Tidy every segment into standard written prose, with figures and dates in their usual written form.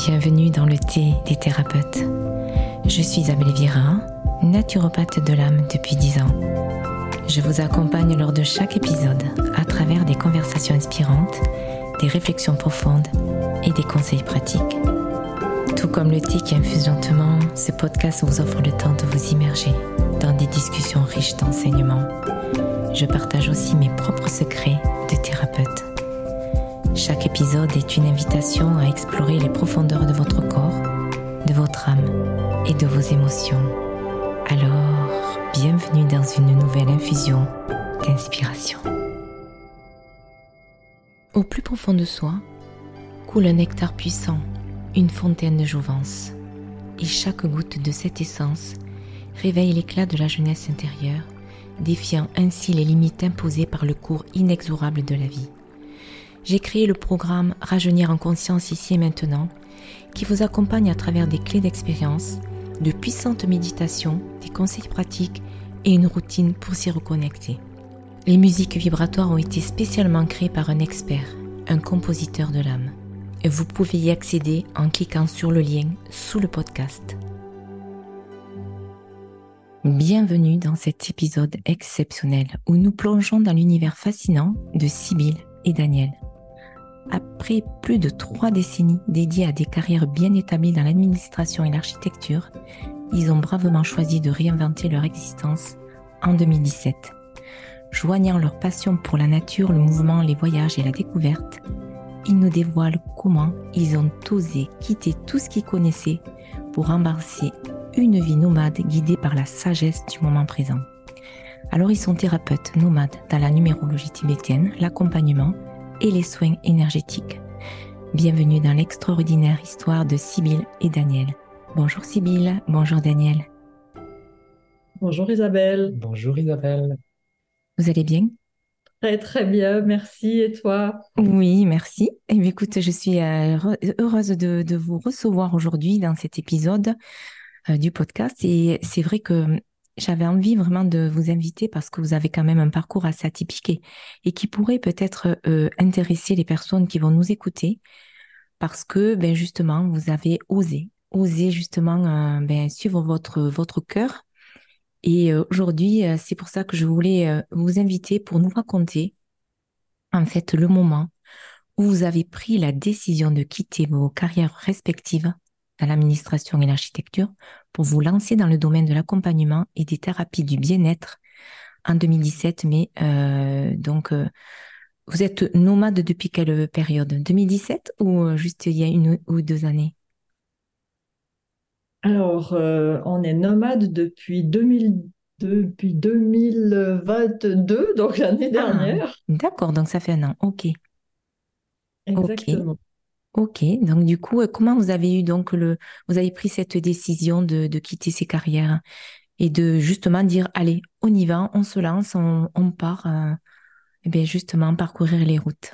Bienvenue dans le thé des thérapeutes. Je suis Isabelle Vira, naturopathe de l'âme depuis 10 ans. Je vous accompagne lors de chaque épisode à travers des conversations inspirantes, des réflexions profondes et des conseils pratiques. Tout comme le thé qui infuse lentement, ce podcast vous offre le temps de vous immerger dans des discussions riches d'enseignements. Je partage aussi mes propres secrets de thérapeute. Chaque épisode est une invitation à explorer les profondeurs de votre corps, de votre âme et de vos émotions. Alors, bienvenue dans une nouvelle infusion d'inspiration. Au plus profond de soi, coule un nectar puissant, une fontaine de jouvence. Et chaque goutte de cette essence réveille l'éclat de la jeunesse intérieure, défiant ainsi les limites imposées par le cours inexorable de la vie. J'ai créé le programme Rajeunir en conscience ici et maintenant, qui vous accompagne à travers des clés d'expérience, de puissantes méditations, des conseils pratiques et une routine pour s'y reconnecter. Les musiques vibratoires ont été spécialement créées par un expert, un compositeur de l'âme. Vous pouvez y accéder en cliquant sur le lien sous le podcast. Bienvenue dans cet épisode exceptionnel où nous plongeons dans l'univers fascinant de Sybille et Daniel. Après plus de 3 décennies dédiées à des carrières bien établies dans l'administration et l'architecture, ils ont bravement choisi de réinventer leur existence en 2017. Joignant leur passion pour la nature, le mouvement, les voyages et la découverte, ils nous dévoilent comment ils ont osé quitter tout ce qu'ils connaissaient pour embrasser une vie nomade guidée par la sagesse du moment présent. Alors ils sont thérapeutes nomades dans la numérologie tibétaine, l'accompagnement et les soins énergétiques. Bienvenue dans l'extraordinaire histoire de Sybille et Daniel. Bonjour Sybille, bonjour Daniel. Bonjour Isabelle. Bonjour Isabelle. Vous allez bien? Très très bien, merci. Et toi? Oui, merci. Et bien, écoute, je suis heureuse de vous recevoir aujourd'hui dans cet épisode du podcast. Et c'est vrai que j'avais envie vraiment de vous inviter parce que vous avez quand même un parcours assez atypique et qui pourrait peut-être intéresser les personnes qui vont nous écouter parce que justement, vous avez osé justement suivre votre cœur. Et aujourd'hui, c'est pour ça que je voulais vous inviter pour nous raconter en fait le moment où vous avez pris la décision de quitter vos carrières respectives dans l'administration et l'architecture pour vous lancer dans le domaine de l'accompagnement et des thérapies du bien-être en 2017. Mais vous êtes nomade depuis quelle période? 2017 ou juste il y a 1 ou 2 années? Alors, on est nomade depuis 2022, donc l'année Ah, dernière. d'accord, donc ça fait 1 an. Ok, ok, Exactement. ok. Donc du coup, comment vous avez eu vous avez pris cette décision de quitter ces carrières et de justement dire, allez, on y va, on se lance, on part, justement parcourir les routes.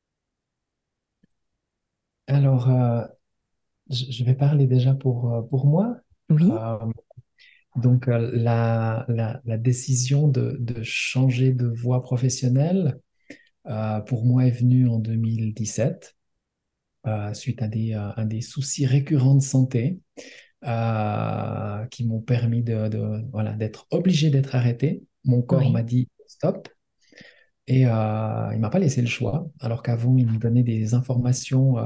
Alors, je vais parler déjà pour moi. Oui, Euh, la décision de changer de voie professionnelle, pour moi, est venue en 2017, suite à des soucis récurrents de santé, qui m'ont permis voilà, d'être obligé d'être arrêté. Mon corps oui, m'a dit stop. Et il m'a pas laissé le choix, alors qu'avant, il me donnait des informations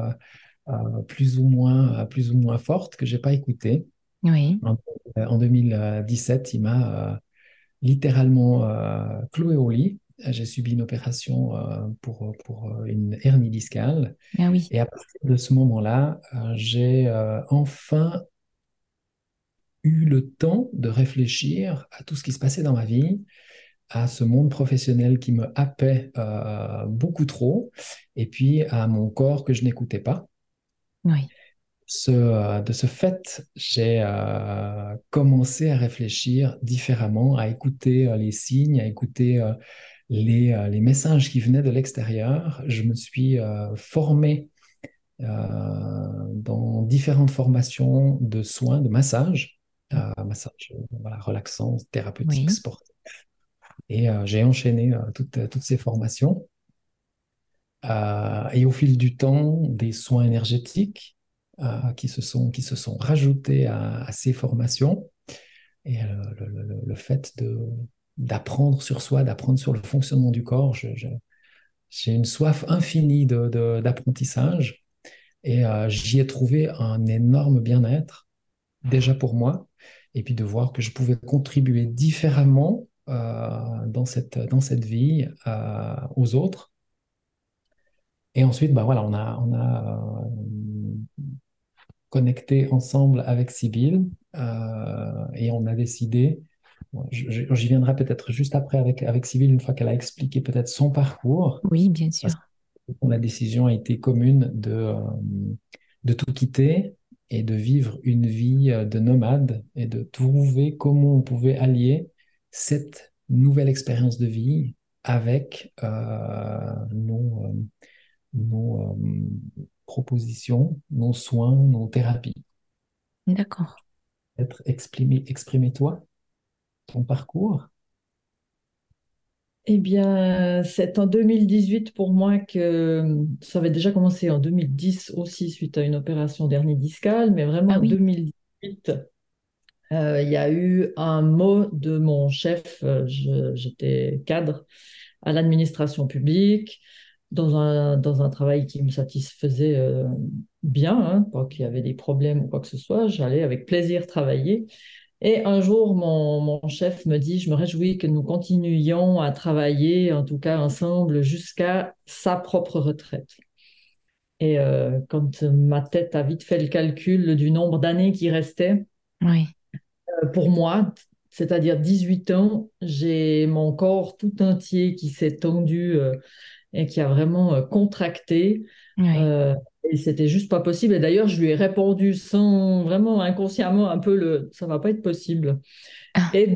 plus ou moins fortes que j'ai pas écoutées. oui, En 2017, il m'a littéralement cloué au lit. J'ai subi une opération pour une hernie discale. ah oui, Et à partir de ce moment-là, j'ai enfin eu le temps de réfléchir à tout ce qui se passait dans ma vie, à ce monde professionnel qui me happait beaucoup trop, et puis à mon corps que je n'écoutais pas. oui, De ce fait, j'ai commencé à réfléchir différemment, à écouter les signes, à écouter les messages qui venaient de l'extérieur. Je me suis formé dans différentes formations de soins, de massage, massage voilà, relaxant, thérapeutique, oui, sportif. Et j'ai enchaîné toutes ces formations. Et au fil du temps, des soins énergétiques, qui se sont rajoutés à ces formations. Et le fait d'apprendre sur soi, d'apprendre sur le fonctionnement du corps, j'ai une soif infinie d'apprentissage et j'y ai trouvé un énorme bien-être, déjà pour moi, et puis de voir que je pouvais contribuer différemment dans cette vie aux autres. Et ensuite, bah voilà, on a connecté ensemble avec Sybille et on a décidé, bon, j'y viendrai peut-être juste après avec Sybille, une fois qu'elle a expliqué peut-être son parcours, Oui, bien parce sûr. que la décision a été commune de tout quitter et de vivre une vie de nomade et de trouver comment on pouvait allier cette nouvelle expérience de vie avec nos propositions, nos soins, nos thérapies. D'accord. Être exprimez-toi, ton parcours. Eh bien, c'est en 2018 pour moi que ça avait déjà commencé en 2010 aussi suite à une opération d'hernie discale, mais vraiment Ah en oui, 2018, il y a eu un mot de mon chef. J'étais cadre à l'administration publique dans un travail qui me satisfaisait bien, hein, pas qu'il y avait des problèmes ou quoi que ce soit. J'allais avec plaisir travailler. Et un jour, mon chef me dit, je me réjouis que nous continuions à travailler, en tout cas ensemble, jusqu'à sa propre retraite. Et quand ma tête a vite fait le calcul du nombre d'années qui restaient, oui, pour moi, c'est-à-dire 18 ans, j'ai mon corps tout entier qui s'est tendu et qui a vraiment contracté. oui. Euh, et c'était juste pas possible. Et d'ailleurs, je lui ai répondu sans vraiment inconsciemment un peu ça va pas être possible. Ah, Et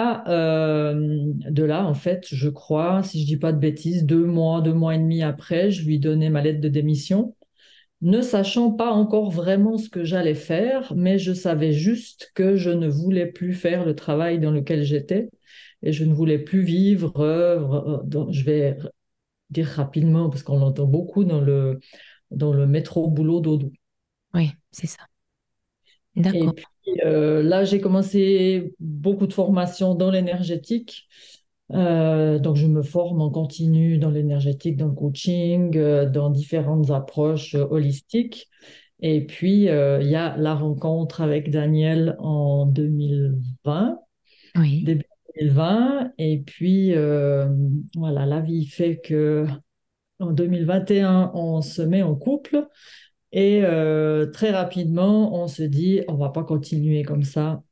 de là, en fait, je crois, si je dis pas de bêtises, 2 mois, 2 mois et demi après, je lui donnais ma lettre de démission, ne sachant pas encore vraiment ce que j'allais faire, mais je savais juste que je ne voulais plus faire le travail dans lequel j'étais et je ne voulais plus vivre. Je vais dire rapidement parce qu'on l'entend beaucoup dans le métro boulot dodo. oui, c'est ça. Et D'accord. puis là, j'ai commencé beaucoup de formations dans l'énergétique. Donc, je me forme en continu dans l'énergétique, dans le coaching, dans différentes approches holistiques. Et puis, il y a la rencontre avec Daniel en 2020, Oui, début 2020. Et puis, voilà, la vie fait que en 2021, on se met en couple. Et très rapidement, on se dit, on va pas continuer comme ça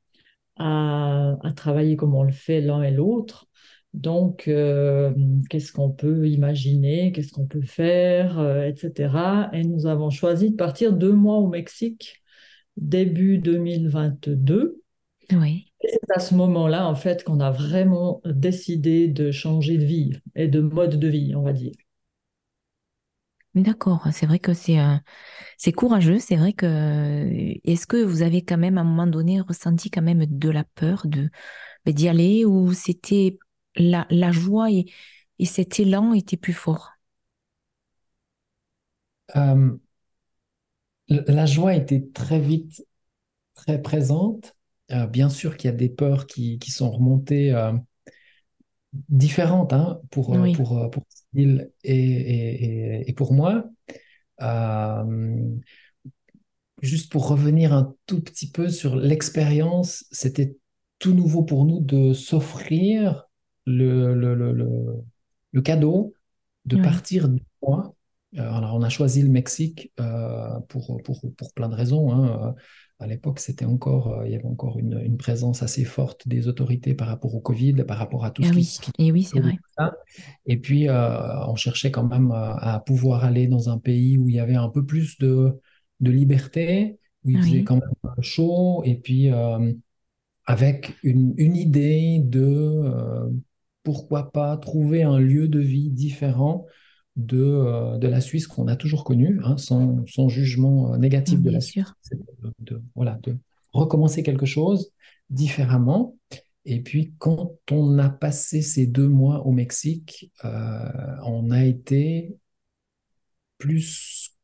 à travailler comme on le fait l'un et l'autre. Donc, qu'est-ce qu'on peut imaginer, qu'est-ce qu'on peut faire, etc. Et nous avons choisi de partir 2 mois au Mexique, début 2022. oui. Et c'est à ce moment-là, en fait, qu'on a vraiment décidé de changer de vie et de mode de vie, on va dire. D'accord. C'est vrai que c'est courageux. C'est vrai que est-ce que vous avez quand même à un moment donné ressenti quand même de la peur d'y aller ou c'était la joie et cet élan était plus fort? Euh, la joie était très vite très présente. Bien sûr qu'il y a des peurs qui sont remontées différentes hein, Oui, pour Cyril et pour moi. Euh, Juste pour revenir un tout petit peu sur l'expérience, c'était tout nouveau pour nous de s'offrir le cadeau de oui, partir du mois. Alors, on a choisi le Mexique pour plein de raisons. Hein. À l'époque, il y avait encore une présence assez forte des autorités par rapport au Covid, par rapport à tout ah ce oui, qui et oui, c'est Covid, vrai. ça. Et puis, on cherchait quand même à pouvoir aller dans un pays où il y avait un peu plus de liberté, où il faisait Oui, quand même chaud, et puis avec une idée pourquoi pas trouver un lieu de vie différent de la Suisse qu'on a toujours connue, hein, sans jugement négatif de bien la sûr. Suisse. C'est voilà, de recommencer quelque chose différemment. Et puis, quand on a passé ces 2 mois au Mexique, on a été plus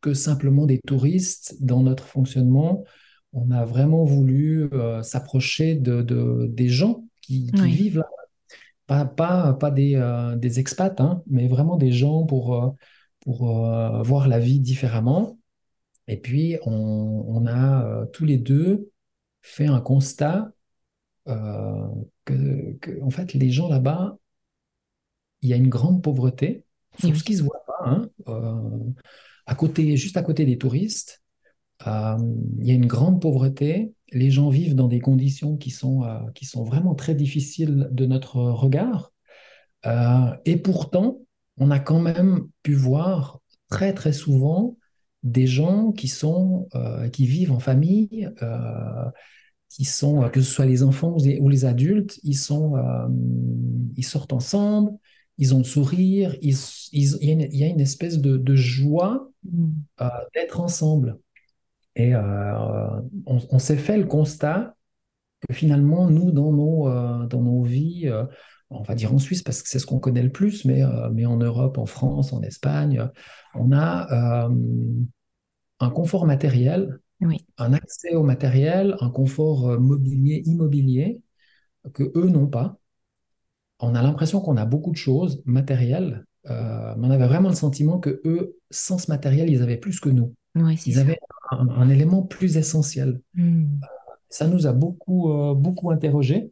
que simplement des touristes dans notre fonctionnement. On a vraiment voulu s'approcher des gens qui Oui, vivent là. Pas des expats, hein, mais vraiment des gens pour voir la vie différemment. Et puis, on a tous les deux fait un constat euh, en fait, les gens là-bas, il y a une grande pauvreté et sur ce oui, qui se voit pas, hein, à côté, juste à côté des touristes. Euh, il y a une grande pauvreté. Les gens vivent dans des conditions qui sont vraiment très difficiles de notre regard. Et pourtant, on a quand même pu voir très très souvent des gens qui vivent en famille, que ce soit les enfants ou les adultes, ils sortent ensemble, ils ont le sourire, il y a une espèce de joie mm, d'être ensemble. Et on s'est fait le constat que finalement, nous, dans nos vies, on va dire en Suisse parce que c'est ce qu'on connaît le plus, mais en Europe, en France, en Espagne, on a un confort matériel, oui, un accès au matériel, un confort immobilier que eux n'ont pas. On a l'impression qu'on a beaucoup de choses matérielles, mais on avait vraiment le sentiment que eux, sans ce matériel, ils avaient plus que nous. oui, c'est Ils sûr. avaient un élément plus essentiel. Mm. Ça nous a beaucoup interrogés,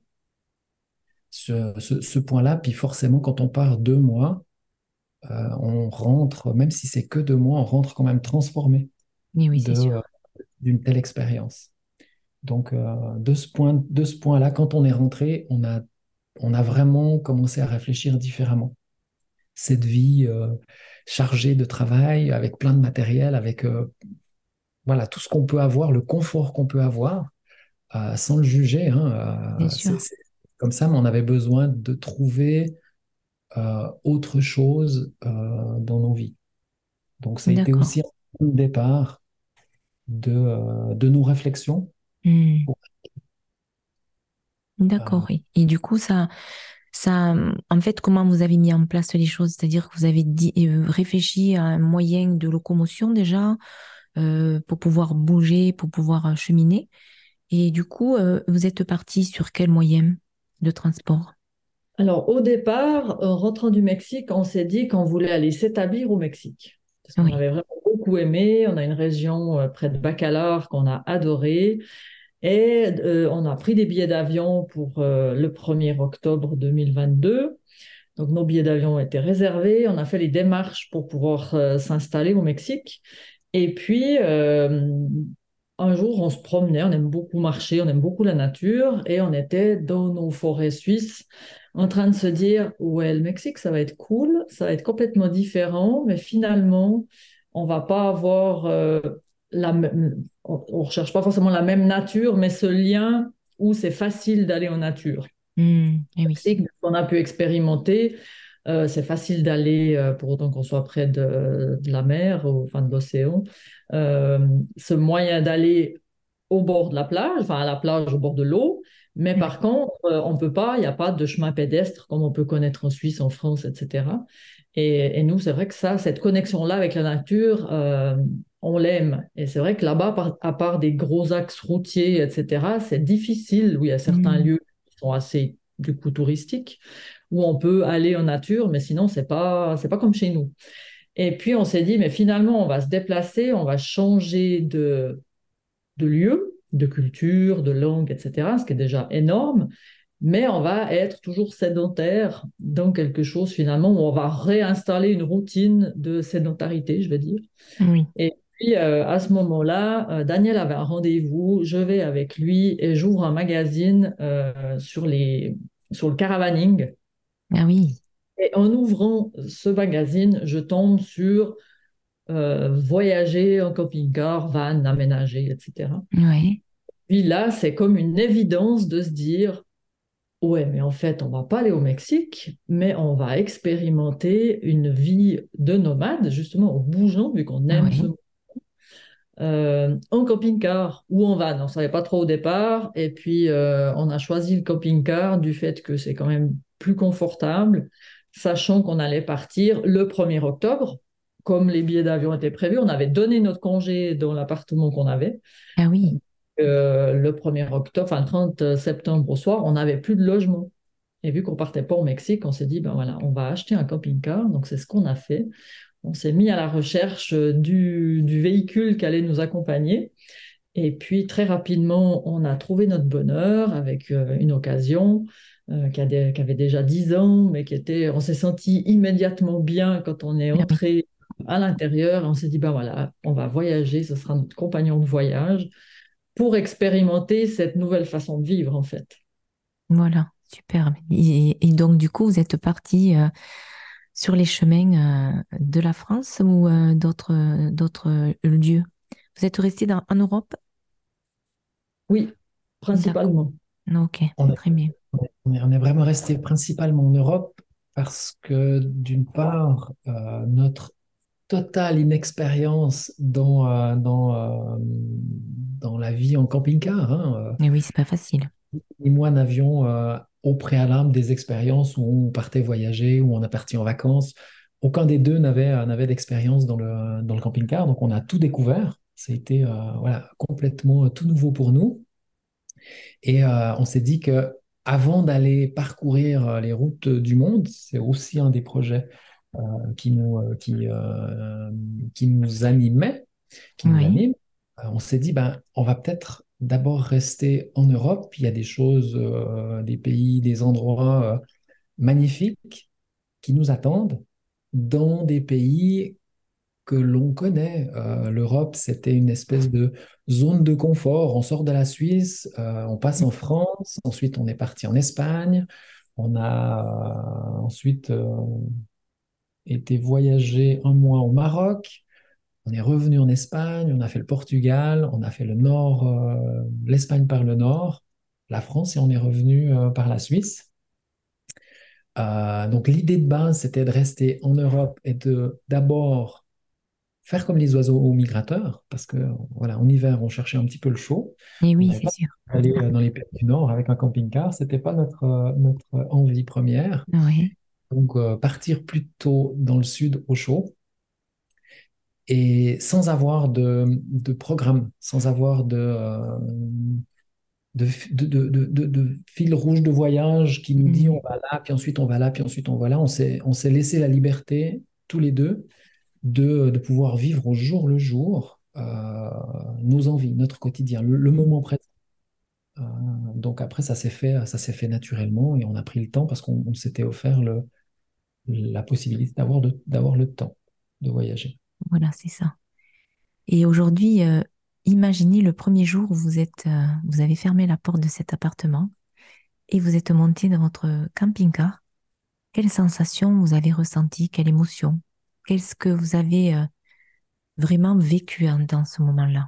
ce point-là. Puis forcément, quand on part 2 mois, on rentre, même si c'est que 2 mois, on rentre quand même transformé Et oui, c'est de, sûr. d'une telle expérience. Donc, de ce point-là, quand on est rentré, on a vraiment commencé à réfléchir différemment. Cette vie chargée de travail, avec plein de matériel, avec voilà, tout ce qu'on peut avoir, le confort qu'on peut avoir, sans le juger, Bien hein, sûr. c'est comme ça, mais on avait besoin de trouver autre chose dans nos vies. Donc, ça a été D'accord. aussi un point de départ de nos réflexions. Mm. Pour, D'accord. euh, Et du coup, en fait, comment vous avez mis en place les choses? C'est-à-dire que vous avez réfléchi à un moyen de locomotion déjà pour pouvoir bouger, pour pouvoir cheminer. Et du coup, vous êtes parti sur quel moyen de transport? Alors, au départ, en rentrant du Mexique, on s'est dit qu'on voulait aller s'établir au Mexique. Parce qu'on Oui, avait vraiment beaucoup aimé. On a une région près de Bacalar qu'on a adorée. Et on a pris des billets d'avion pour le 1er octobre 2022. Donc, nos billets d'avion étaient réservés. On a fait les démarches pour pouvoir s'installer au Mexique. Et puis, un jour, on se promenait, on aime beaucoup marcher, on aime beaucoup la nature, et on était dans nos forêts suisses en train de se dire, ouais, le Mexique, ça va être cool, ça va être complètement différent, mais finalement, on va pas avoir on recherche pas forcément la même nature, mais ce lien où c'est facile d'aller en nature. et oui, Mexique, qu'on a pu expérimenter, c'est facile d'aller, pour autant qu'on soit près de la mer, enfin de l'océan. Euh, ce moyen d'aller au bord de la plage, enfin à la plage au bord de l'eau, mais oui, par contre, on peut pas, il n'y a pas de chemin pédestre comme on peut connaître en Suisse, en France, etc. Et nous, c'est vrai que ça, cette connexion-là avec la nature, on l'aime. Et c'est vrai que là-bas, à part des gros axes routiers, etc., c'est difficile. Oui, il y a certains mm, lieux qui sont assez, du coup, touristiques, où on peut aller en nature, mais sinon, c'est pas comme chez nous. Et puis, on s'est dit, mais finalement, on va se déplacer, on va changer de lieu, de culture, de langue, etc., ce qui est déjà énorme, mais on va être toujours sédentaire dans quelque chose finalement où on va réinstaller une routine de sédentarité, je vais dire. oui. Et puis à ce moment-là, Daniel avait un rendez-vous, je vais avec lui et j'ouvre un magazine sur le caravaning. Ah oui, Et en ouvrant ce magazine, je tombe sur voyager en camping-car, van aménagé, etc. ouais, Puis là, c'est comme une évidence de se dire, ouais, mais en fait, on va pas aller au Mexique, mais on va expérimenter une vie de nomade, justement, en bougeant, vu qu'on aime ouais, en camping-car ou en van. On ne savait pas trop au départ, et puis on a choisi le camping-car du fait que c'est quand même plus confortable, sachant qu'on allait partir le 1er octobre. comme les billets d'avion étaient prévus, on avait donné notre congé dans l'appartement qu'on avait. Ah oui, Le 1er octobre, enfin le 30 septembre au soir, on n'avait plus de logement. Et vu qu'on partait pas au Mexique, on s'est dit, ben voilà, on va acheter un camping-car. Donc c'est ce qu'on a fait. On s'est mis à la recherche du véhicule qui allait nous accompagner. Et puis très rapidement, on a trouvé notre bonheur avec une occasion qui avait déjà 10 ans, mais on s'est senti immédiatement bien quand on est ah oui, entré à l'intérieur. On s'est dit, ben voilà, on va voyager, ce sera notre compagnon de voyage pour expérimenter cette nouvelle façon de vivre en fait. voilà, superbe. Et donc, du coup, vous êtes parti sur les chemins de la France ou d'autres lieux? Vous êtes resté en Europe? Oui, D'accord. principalement. Ok, On est, très bien. on est vraiment resté principalement en Europe parce que d'une part, notre totale inexpérience dans la vie en camping-car, hein. Mais oui, c'est pas facile. Ni moi n'avions au préalable des expériences où on partait voyager, où on est parti en vacances. Aucun des deux n'avait d'expérience dans le camping-car, donc on a tout découvert. Ça a été voilà, complètement tout nouveau pour nous. Et on s'est dit que avant d'aller parcourir les routes du monde, c'est aussi un des projets qui nous animait, qui nous Oui, anime. On s'est dit, ben, on va peut-être d'abord rester en Europe. Il y a des choses, des pays, des endroits magnifiques qui nous attendent dans des pays que l'on connaît. L'Europe, c'était une espèce de zone de confort. On sort de la Suisse, on passe en France, ensuite on est parti en Espagne, on a ensuite été voyager un mois au Maroc, on est revenu en Espagne, on a fait le Portugal, on a fait le nord, l'Espagne par le nord, la France et on est revenu par la Suisse. Donc l'idée de base, c'était de rester en Europe et de d'abord faire comme les oiseaux migrateurs, parce que voilà, en hiver, on cherchait un petit peu le chaud. et On oui, n'avait c'est pas sûr. aller dans les pays du Nord avec un camping-car, c'était pas notre envie première. Oui, Donc partir plutôt dans le sud au chaud et sans avoir de programme, sans avoir de fil rouge de voyage qui nous dit mm, on va là, puis ensuite on va là, puis ensuite on va là. On s'est laissé la liberté, tous les deux, de pouvoir vivre au jour le jour nos envies, notre quotidien, le moment présent. Euh, donc après, ça s'est fait naturellement et on a pris le temps parce qu'on s'était offert la possibilité d'avoir le temps de voyager. voilà, c'est ça. Et aujourd'hui, imaginez le premier jour où vous avez fermé la porte de cet appartement et vous êtes monté dans votre camping-car. Quelle sensation vous avez ressenti? Quelle émotion? Qu'est-ce que vous avez vraiment vécu dans ce moment-là?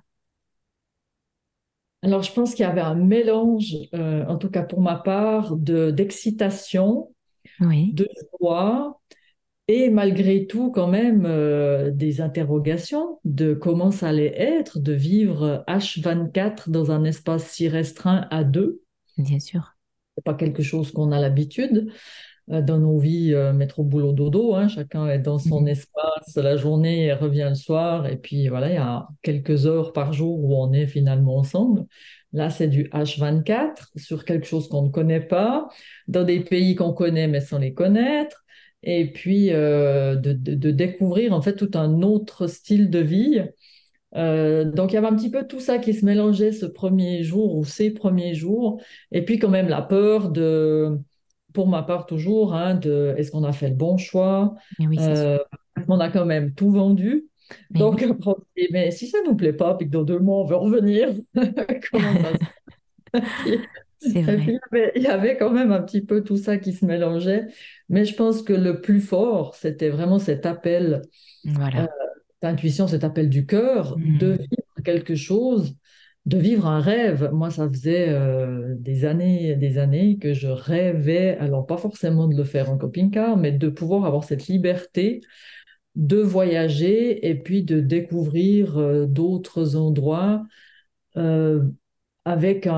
Alors je pense qu'il y avait un mélange, en tout cas pour ma part, d'excitation, Oui, de joie et malgré tout quand même des interrogations de comment ça allait être de vivre H24 dans un espace si restreint à deux. bien sûr. C'est pas quelque chose qu'on a l'habitude dans nos vies métro boulot dodo, hein. Chacun est dans son Mhm. espace la journée et revient le soir. Et puis voilà, il y a quelques heures par jour où on est finalement ensemble. Là, c'est du H24 sur quelque chose qu'on ne connaît pas, dans des pays qu'on connaît mais sans les connaître. Et puis de découvrir en fait tout un autre style de vie. Donc il y avait un petit peu tout ça qui se mélangeait ce premier jour ou ces premiers jours. Et puis quand même la peur pour ma part toujours, hein, de est-ce qu'on a fait le bon choix? Mais oui, c'est sûr. Euh, on a quand même tout vendu. Mais Donc oui, après, on se dit, mais si ça nous plaît pas, puis que dans 2 mois on veut revenir, comment ça se fait? c'est Et vrai. puis il y avait quand même un petit peu tout ça qui se mélangeait. Mais je pense que le plus fort, c'était vraiment cet appel euh, Voilà. intuition, cet appel du cœur, de Mm. vivre quelque chose, de vivre un rêve. Moi, ça faisait des années que je rêvais, alors pas forcément de le faire en camping-car, mais de pouvoir avoir cette liberté de voyager et puis de découvrir d'autres endroits euh, avec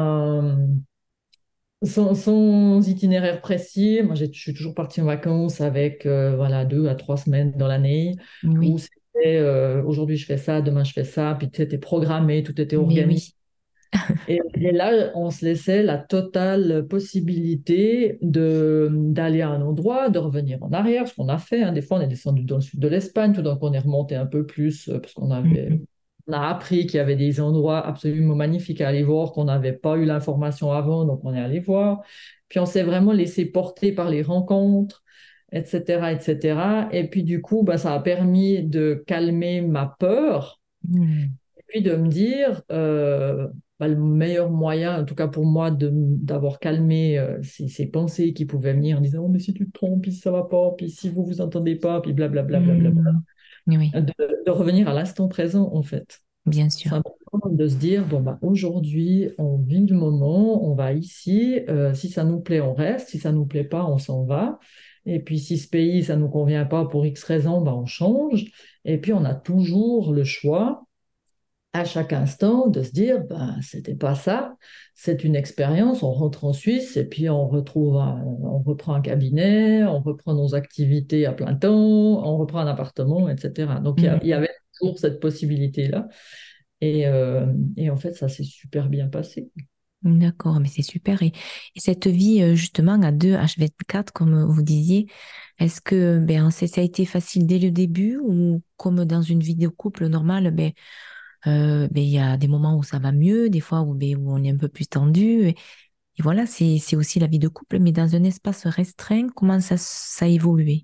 sans itinéraire précis. Moi, je suis toujours partie en vacances avec voilà, 2 à 3 semaines dans l'année où Oui, aujourd'hui je fais ça, demain je fais ça, puis tout était programmé, tout était Mais organisé. oui. Et là, on se laissait la totale possibilité d'aller à un endroit, de revenir en arrière, ce qu'on a fait, hein. Des fois, on est descendu dans le sud de l'Espagne, tout d'un coup, on est remonté un peu plus parce Mhm. on a appris qu'il y avait des endroits absolument magnifiques à aller voir, qu'on n'avait pas eu l'information avant, donc on est allé voir. Puis on s'est vraiment laissé porter par les rencontres, etc., etc. Et puis du coup, bah, ça a permis de calmer ma peur Mhm. et puis de me dire, bah, le meilleur moyen, en tout cas pour moi, d'avoir calmé ces pensées qui pouvaient venir en disant, oh, mais si tu te trompes, puis ça va pas, puis si vous vous entendez pas, puis blablabla, Mhm. Oui, de revenir à l'instant présent, en fait. bien C'est sûr. important de se dire, bon, bah, aujourd'hui, on vit le moment, on va ici, si ça nous plaît, on reste, si ça nous plaît pas, on s'en va. Et puis si ce pays, ça nous convient pas pour X raisons, bah, on change. Et puis on a toujours le choix à chaque instant de se dire, ben, c'était pas ça, c'est une expérience, on rentre en Suisse et puis on reprend un cabinet, on reprend nos activités à plein temps, on reprend un appartement, etc. Donc il y Mhm. avait toujours cette possibilité-là et en fait ça s'est super bien passé. D'accord, mais c'est super. Et cette vie, justement, à deux H24, comme vous disiez, est-ce que ben, ça a été facile dès le début ou comme dans une vie de couple normale, ben, il y a des moments où ça va mieux, des fois où, où on est un peu plus tendu. Et voilà, c'est aussi la vie de couple, mais dans un espace restreint, comment ça a évolué?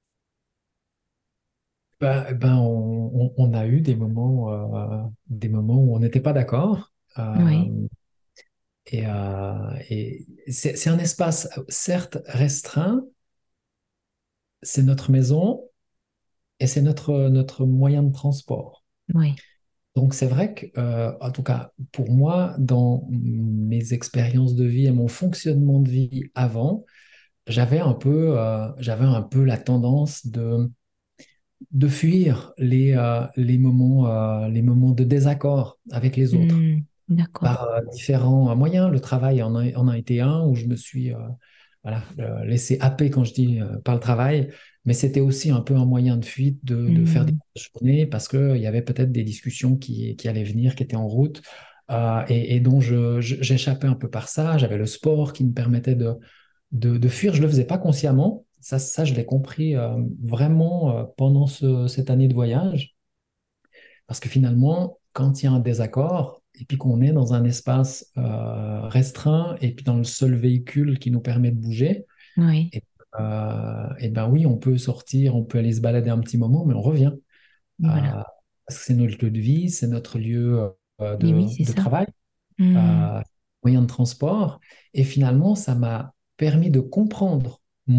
On a eu des moments où on n'était pas d'accord. Oui, Et c'est un espace, certes restreint, c'est notre maison et c'est notre moyen de transport. oui. Donc c'est vrai que, en tout cas pour moi, dans mes expériences de vie et mon fonctionnement de vie avant, j'avais un peu la tendance de fuir les moments de désaccord avec les autres Hmm, d'accord. par différents moyens. Le travail en a été un où je me suis voilà, laissé happer quand je dis par le travail, mais c'était aussi un peu un moyen de fuite de faire des Hmm, journées parce qu'il y avait peut-être des discussions qui allaient venir, qui étaient en route. Et dont j'échappais un peu par ça. J'avais le sport qui me permettait de fuir. Je ne le faisais pas consciemment. Ça je l'ai compris vraiment pendant cette année de voyage. Parce que finalement, quand il y a un désaccord, et puis qu'on est dans un espace restreint, et puis dans le seul véhicule qui nous permet de bouger, oui, et ben oui, on peut sortir, on peut aller se balader un petit moment, mais on revient. voilà. Parce que c'est notre lieu de vie, c'est notre lieu Et oui, c'est de ça. travail, Hmm, euh, moyen de transport. Et finalement, ça m'a permis de comprendre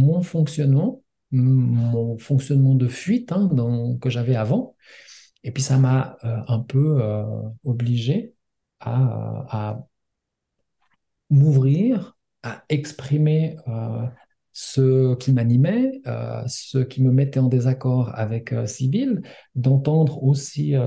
mon fonctionnement de fuite hein, que j'avais avant. Et puis ça m'a un peu obligé à m'ouvrir, à exprimer ce qui m'animait, ce qui me mettait en désaccord avec Sibylle, d'entendre aussi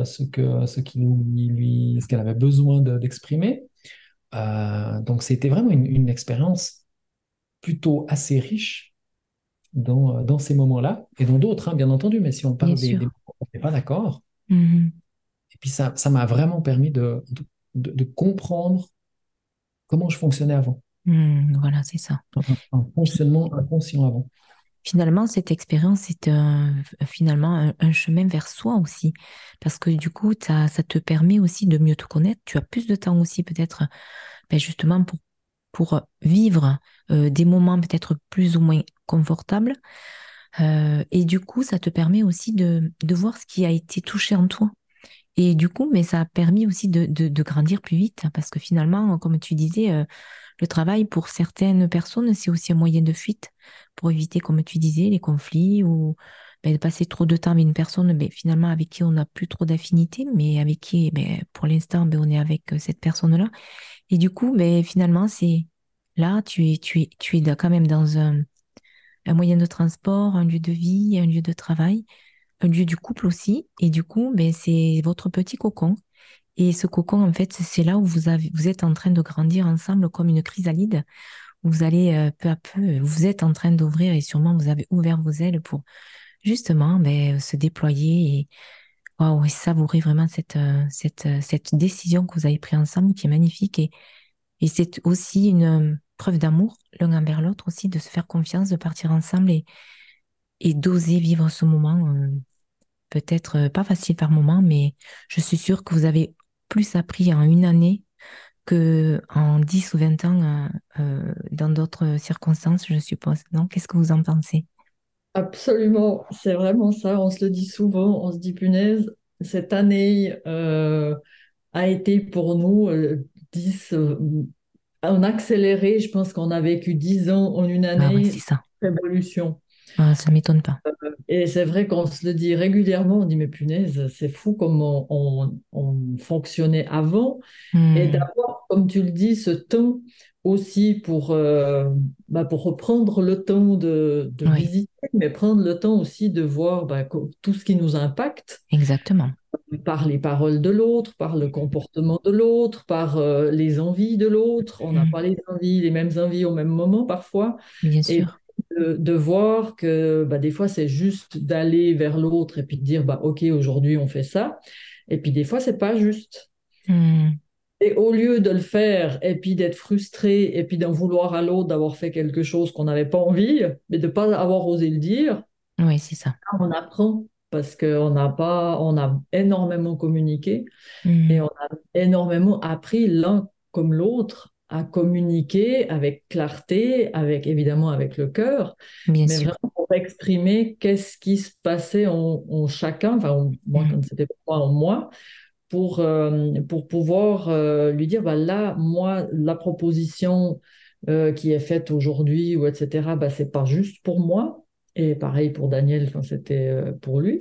ce qu'elle avait besoin d'exprimer. Donc c'était vraiment une expérience plutôt assez riche dans ces moments-là, et dans d'autres, hein, bien entendu, mais si on bien parle des sûr. moments où on n'est pas d'accord, Mhm. et puis ça m'a vraiment permis de comprendre comment je fonctionnais avant, Hmm, voilà, c'est ça. un fonctionnement inconscient avant. Finalement, cette expérience est finalement un chemin vers soi aussi. Parce que du coup, ça te permet aussi de mieux te connaître. Tu as plus de temps aussi peut-être justement pour vivre des moments peut-être plus ou moins confortables. Et du coup, ça te permet aussi de voir ce qui a été touché en toi. Et du coup, mais ça a permis aussi de grandir plus vite. Parce que finalement, comme tu disais, le travail, pour certaines personnes, c'est aussi un moyen de fuite pour éviter, comme tu disais, les conflits ou de passer trop de temps avec une personne finalement avec qui on n'a plus trop d'affinité, mais avec qui, pour l'instant, on est avec cette personne-là. Et du coup, finalement, c'est là, tu es quand même dans un moyen de transport, un lieu de vie, un lieu de travail, un lieu du couple aussi. Et du coup, c'est votre petit cocon. Et ce cocon, en fait, c'est là où vous êtes en train de grandir ensemble comme une chrysalide. Vous allez peu à peu, vous êtes en train d'ouvrir et sûrement vous avez ouvert vos ailes pour justement se déployer Waouh, et savourer vraiment cette décision que vous avez prise ensemble qui est magnifique. Et c'est aussi une preuve d'amour l'un envers l'autre aussi, de se faire confiance, de partir ensemble et d'oser vivre ce moment. Peut-être pas facile par moment, mais je suis sûre que vous avez plus appris en une année que en 10 ou 20 ans dans d'autres circonstances, je suppose. Non? Qu'est-ce que vous en pensez? Absolument, c'est vraiment ça. On se le dit souvent, on se dit punaise, cette année a été pour nous 10, en accéléré. Je pense qu'on a vécu 10 ans en une Ah ouais, année c'est ça. d'évolution. Ah, ça m'étonne pas. Et c'est vrai qu'on se le dit régulièrement, on dit mais punaise, c'est fou comment on fonctionnait avant. Et Hmm, d'avoir, comme tu le dis, ce temps aussi pour reprendre le temps de oui, visiter, mais prendre le temps aussi de voir tout ce qui nous impacte exactement. par les paroles de l'autre, par le comportement de l'autre, par les envies de l'autre. On n'a Hmm, pas les mêmes envies au même moment parfois. bien Et sûr. de voir que des fois, c'est juste d'aller vers l'autre et puis de dire, OK, aujourd'hui, on fait ça. Et puis des fois, c'est pas juste. Hmm, Et au lieu de le faire et puis d'être frustré et puis d'en vouloir à l'autre d'avoir fait quelque chose qu'on n'avait pas envie, mais de ne pas avoir osé le dire, oui, c'est ça. on apprend parce on a énormément communiqué et Hmm, on a énormément appris l'un comme l'autre à communiquer avec clarté, avec évidemment avec le cœur, bien mais sûr. vraiment pour exprimer qu'est-ce qui se passait en chacun, moi Hmm, quand c'était pour moi en moi pour pouvoir lui dire, là, moi, la proposition qui est faite aujourd'hui, ou etc., c'est pas juste pour moi. Et pareil pour Daniel, enfin, c'était pour lui.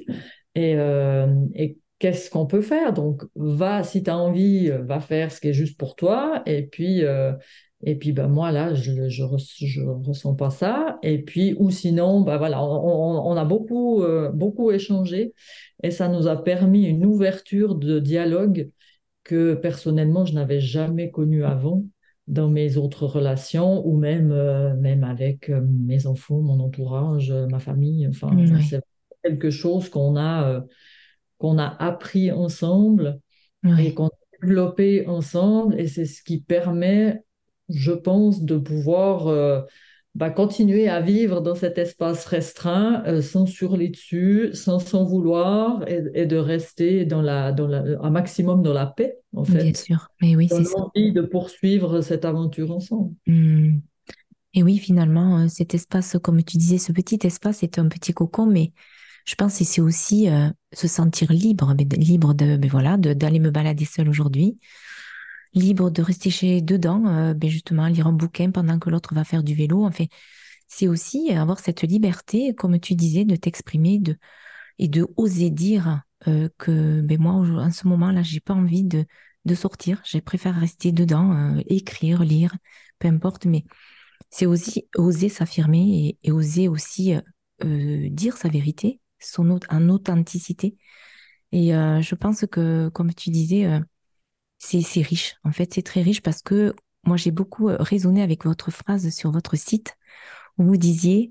Et qu'est-ce qu'on peut faire? Donc, va, si tu as envie, va faire ce qui est juste pour toi. Et puis moi, là, je ressens pas ça. Et puis, ou sinon, voilà, on a beaucoup échangé. Et ça nous a permis une ouverture de dialogue que personnellement, je n'avais jamais connue avant dans mes autres relations ou même avec mes enfants, mon entourage, ma famille. Enfin, oui, c'est quelque chose qu'on a appris ensemble et oui, qu'on a développé ensemble. Et c'est ce qui permet, je pense, de pouvoir continuer à vivre dans cet espace restreint, sans surler dessus, sans s'en vouloir, et de rester un maximum dans la paix, en bien fait. sûr. Mais oui, On c'est a ça. envie de poursuivre cette aventure ensemble. Hmm. Et oui, finalement, cet espace, comme tu disais, ce petit espace est un petit cocon, mais je pense que c'est aussi se sentir libre, libre voilà, d'aller me balader seule aujourd'hui, libre de rester chez dedans, justement, lire un bouquin pendant que l'autre va faire du vélo. Enfin, c'est aussi avoir cette liberté, comme tu disais, de t'exprimer et de oser dire que moi, en ce moment-là, j'ai pas envie de sortir. Je préfère rester dedans, écrire, lire, peu importe, mais c'est aussi oser s'affirmer et oser aussi dire sa vérité, en authenticité. Et je pense que, comme tu disais, c'est riche. En fait, c'est très riche parce que moi, j'ai beaucoup raisonné avec votre phrase sur votre site où vous disiez,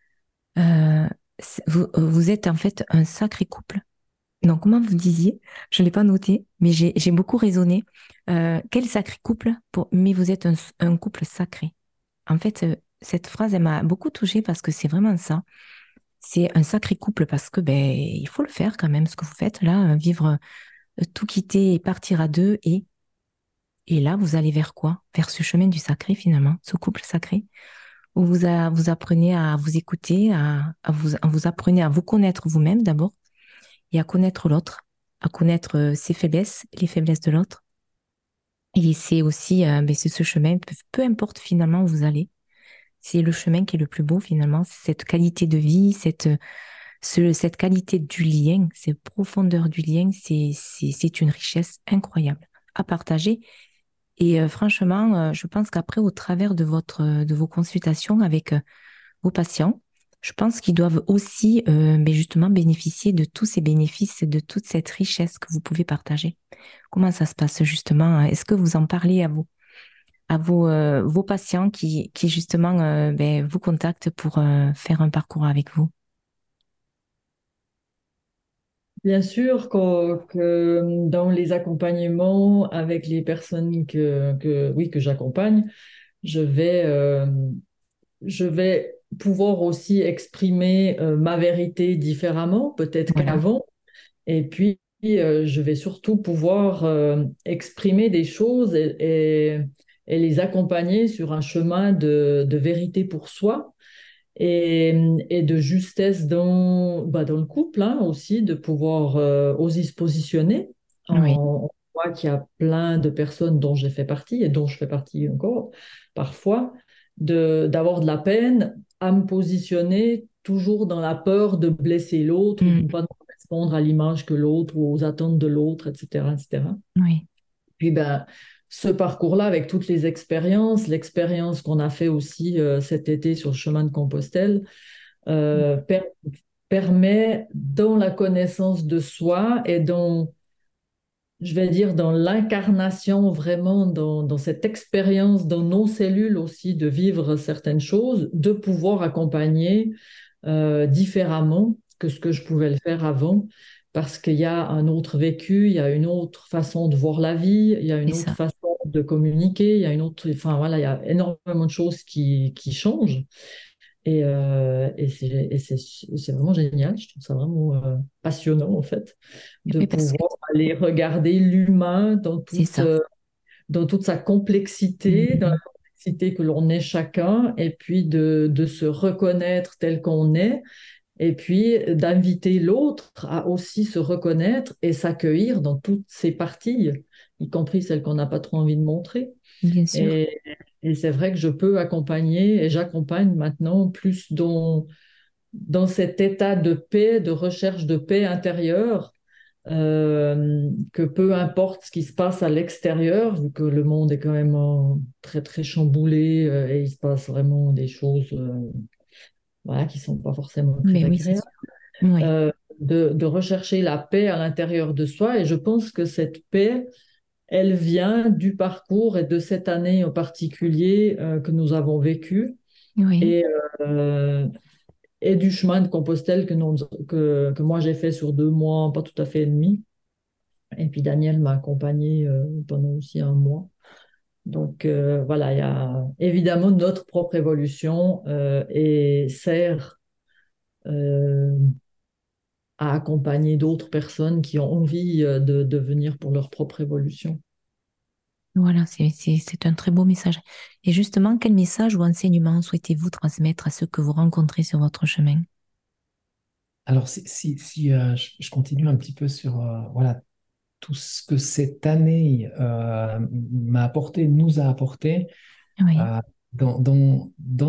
euh, vous êtes en fait un sacré couple. Donc, comment vous disiez? Je ne l'ai pas noté, mais j'ai beaucoup raisonné. Quel sacré couple, mais vous êtes un couple sacré. En fait, cette phrase, elle m'a beaucoup touchée parce que c'est vraiment ça. C'est un sacré couple parce que il faut le faire quand même, ce que vous faites là, vivre, tout quitter et partir à deux. Et là, vous allez vers quoi? Vers ce chemin du sacré finalement, ce couple sacré, où vous apprenez à vous écouter, vous apprenez à vous connaître vous-même d'abord et à connaître l'autre, à connaître ses faiblesses, les faiblesses de l'autre. Et c'est aussi, c'est ce chemin, peu importe finalement où vous allez. C'est le chemin qui est le plus beau finalement, c'est cette qualité de vie, cette qualité du lien, cette profondeur du lien, c'est une richesse incroyable à partager. Et franchement, je pense qu'après, au travers de vos consultations avec vos patients, je pense qu'ils doivent aussi mais justement bénéficier de tous ces bénéfices, de toute cette richesse que vous pouvez partager. Comment ça se passe justement? Est-ce que vous en parlez à vos patients qui justement vous contactent pour faire un parcours avec vous? Bien sûr que dans les accompagnements avec les personnes oui, que j'accompagne, je vais, euh, je vais pouvoir aussi exprimer ma vérité différemment, peut-être Voilà. qu'avant. Et puis, je vais surtout pouvoir exprimer des choses et les accompagner sur un chemin de vérité pour soi et, et de justesse dans le couple hein, aussi, de pouvoir oser se positionner. Oui, On voit qu'il y a plein de personnes dont j'ai fait partie et dont je fais partie encore parfois, d'avoir de la peine à me positionner toujours dans la peur de blesser l'autre ou de ne mm, pas correspondre à l'image que l'autre ou aux attentes de l'autre, etc., etc. oui, Puis ben, ce parcours-là, avec toutes les expériences, l'expérience qu'on a fait aussi cet été sur le chemin de Compostelle, euh, per- permet dans la connaissance de soi et dans, je vais dire, dans l'incarnation vraiment, dans cette expérience, dans nos cellules aussi, de vivre certaines choses, de pouvoir accompagner différemment que ce que je pouvais le faire avant, parce qu'il y a un autre vécu, il y a une autre façon de voir la vie, il y a une c'est autre ça. façon de communiquer, il y a une autre, enfin voilà, il y a énormément de choses qui changent. Et c'est vraiment génial, je trouve ça vraiment passionnant en fait, de Oui, parce que pouvoir aller regarder l'humain c'est ça. dans toute sa complexité, dans la Mm, complexité que l'on est chacun, et puis de se reconnaître tel qu'on est, et puis d'inviter l'autre à aussi se reconnaître et s'accueillir dans toutes ses parties, y compris celles qu'on n'a pas trop envie de montrer. bien sûr. Et, et c'est vrai que je peux accompagner, et j'accompagne maintenant plus dans cet état de paix, de recherche de paix intérieure, que peu importe ce qui se passe à l'extérieur, vu que le monde est quand même très très chamboulé et il se passe vraiment des choses voilà, qui sont pas forcément très Mais oui, c'est agréables, sûr. Oui, euh, de rechercher la paix à l'intérieur de soi. Et je pense que cette paix, elle vient du parcours et de cette année en particulier que nous avons vécu. oui. Et, euh, et du chemin de Compostelle que moi j'ai fait sur 2 mois, pas tout à fait et demi. Et puis Daniel m'a accompagné pendant aussi un mois. Donc voilà, il y a évidemment notre propre évolution et sert euh, à accompagner d'autres personnes qui ont envie de venir pour leur propre évolution. Voilà, c'est un très beau message. Et justement, quel message ou enseignement souhaitez-vous transmettre à ceux que vous rencontrez sur votre chemin? Alors, si je continue un petit peu sur voilà, tout ce que cette année m'a apporté, nous a apporté, Oui, euh, dans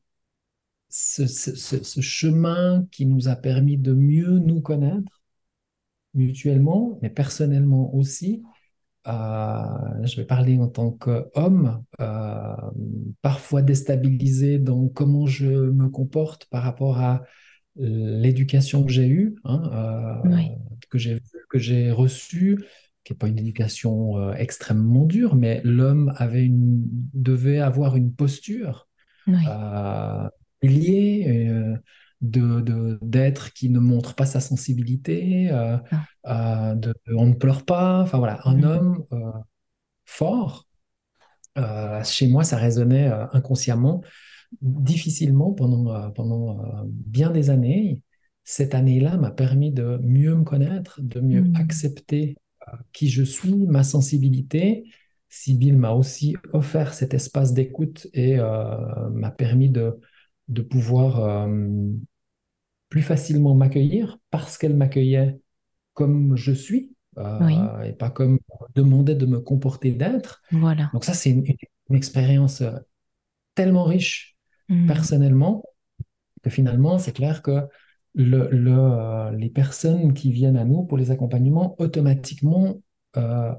ce chemin qui nous a permis de mieux nous connaître mutuellement, mais personnellement aussi. Je vais parler en tant qu'homme, parfois déstabilisé dans comment je me comporte par rapport à l'éducation que j'ai eue, oui, que j'ai reçue, qui n'est pas une éducation extrêmement dure, mais l'homme devait avoir une posture oui. euh, lié, d'être qui ne montre pas sa sensibilité, Ah, on ne pleure pas, enfin voilà, un mhm. homme fort. Chez moi, ça résonnait inconsciemment, difficilement pendant bien des années. Cette année-là m'a permis de mieux me connaître, de mieux Mhm. accepter qui je suis, ma sensibilité. Sibyl m'a aussi offert cet espace d'écoute et m'a permis de pouvoir plus facilement m'accueillir parce qu'elle m'accueillait comme je suis Oui, et pas comme demandait de me comporter d'être. voilà. Donc ça, c'est une expérience tellement riche Mhm. personnellement que finalement, c'est clair que les personnes qui viennent à nous pour les accompagnements, automatiquement, euh,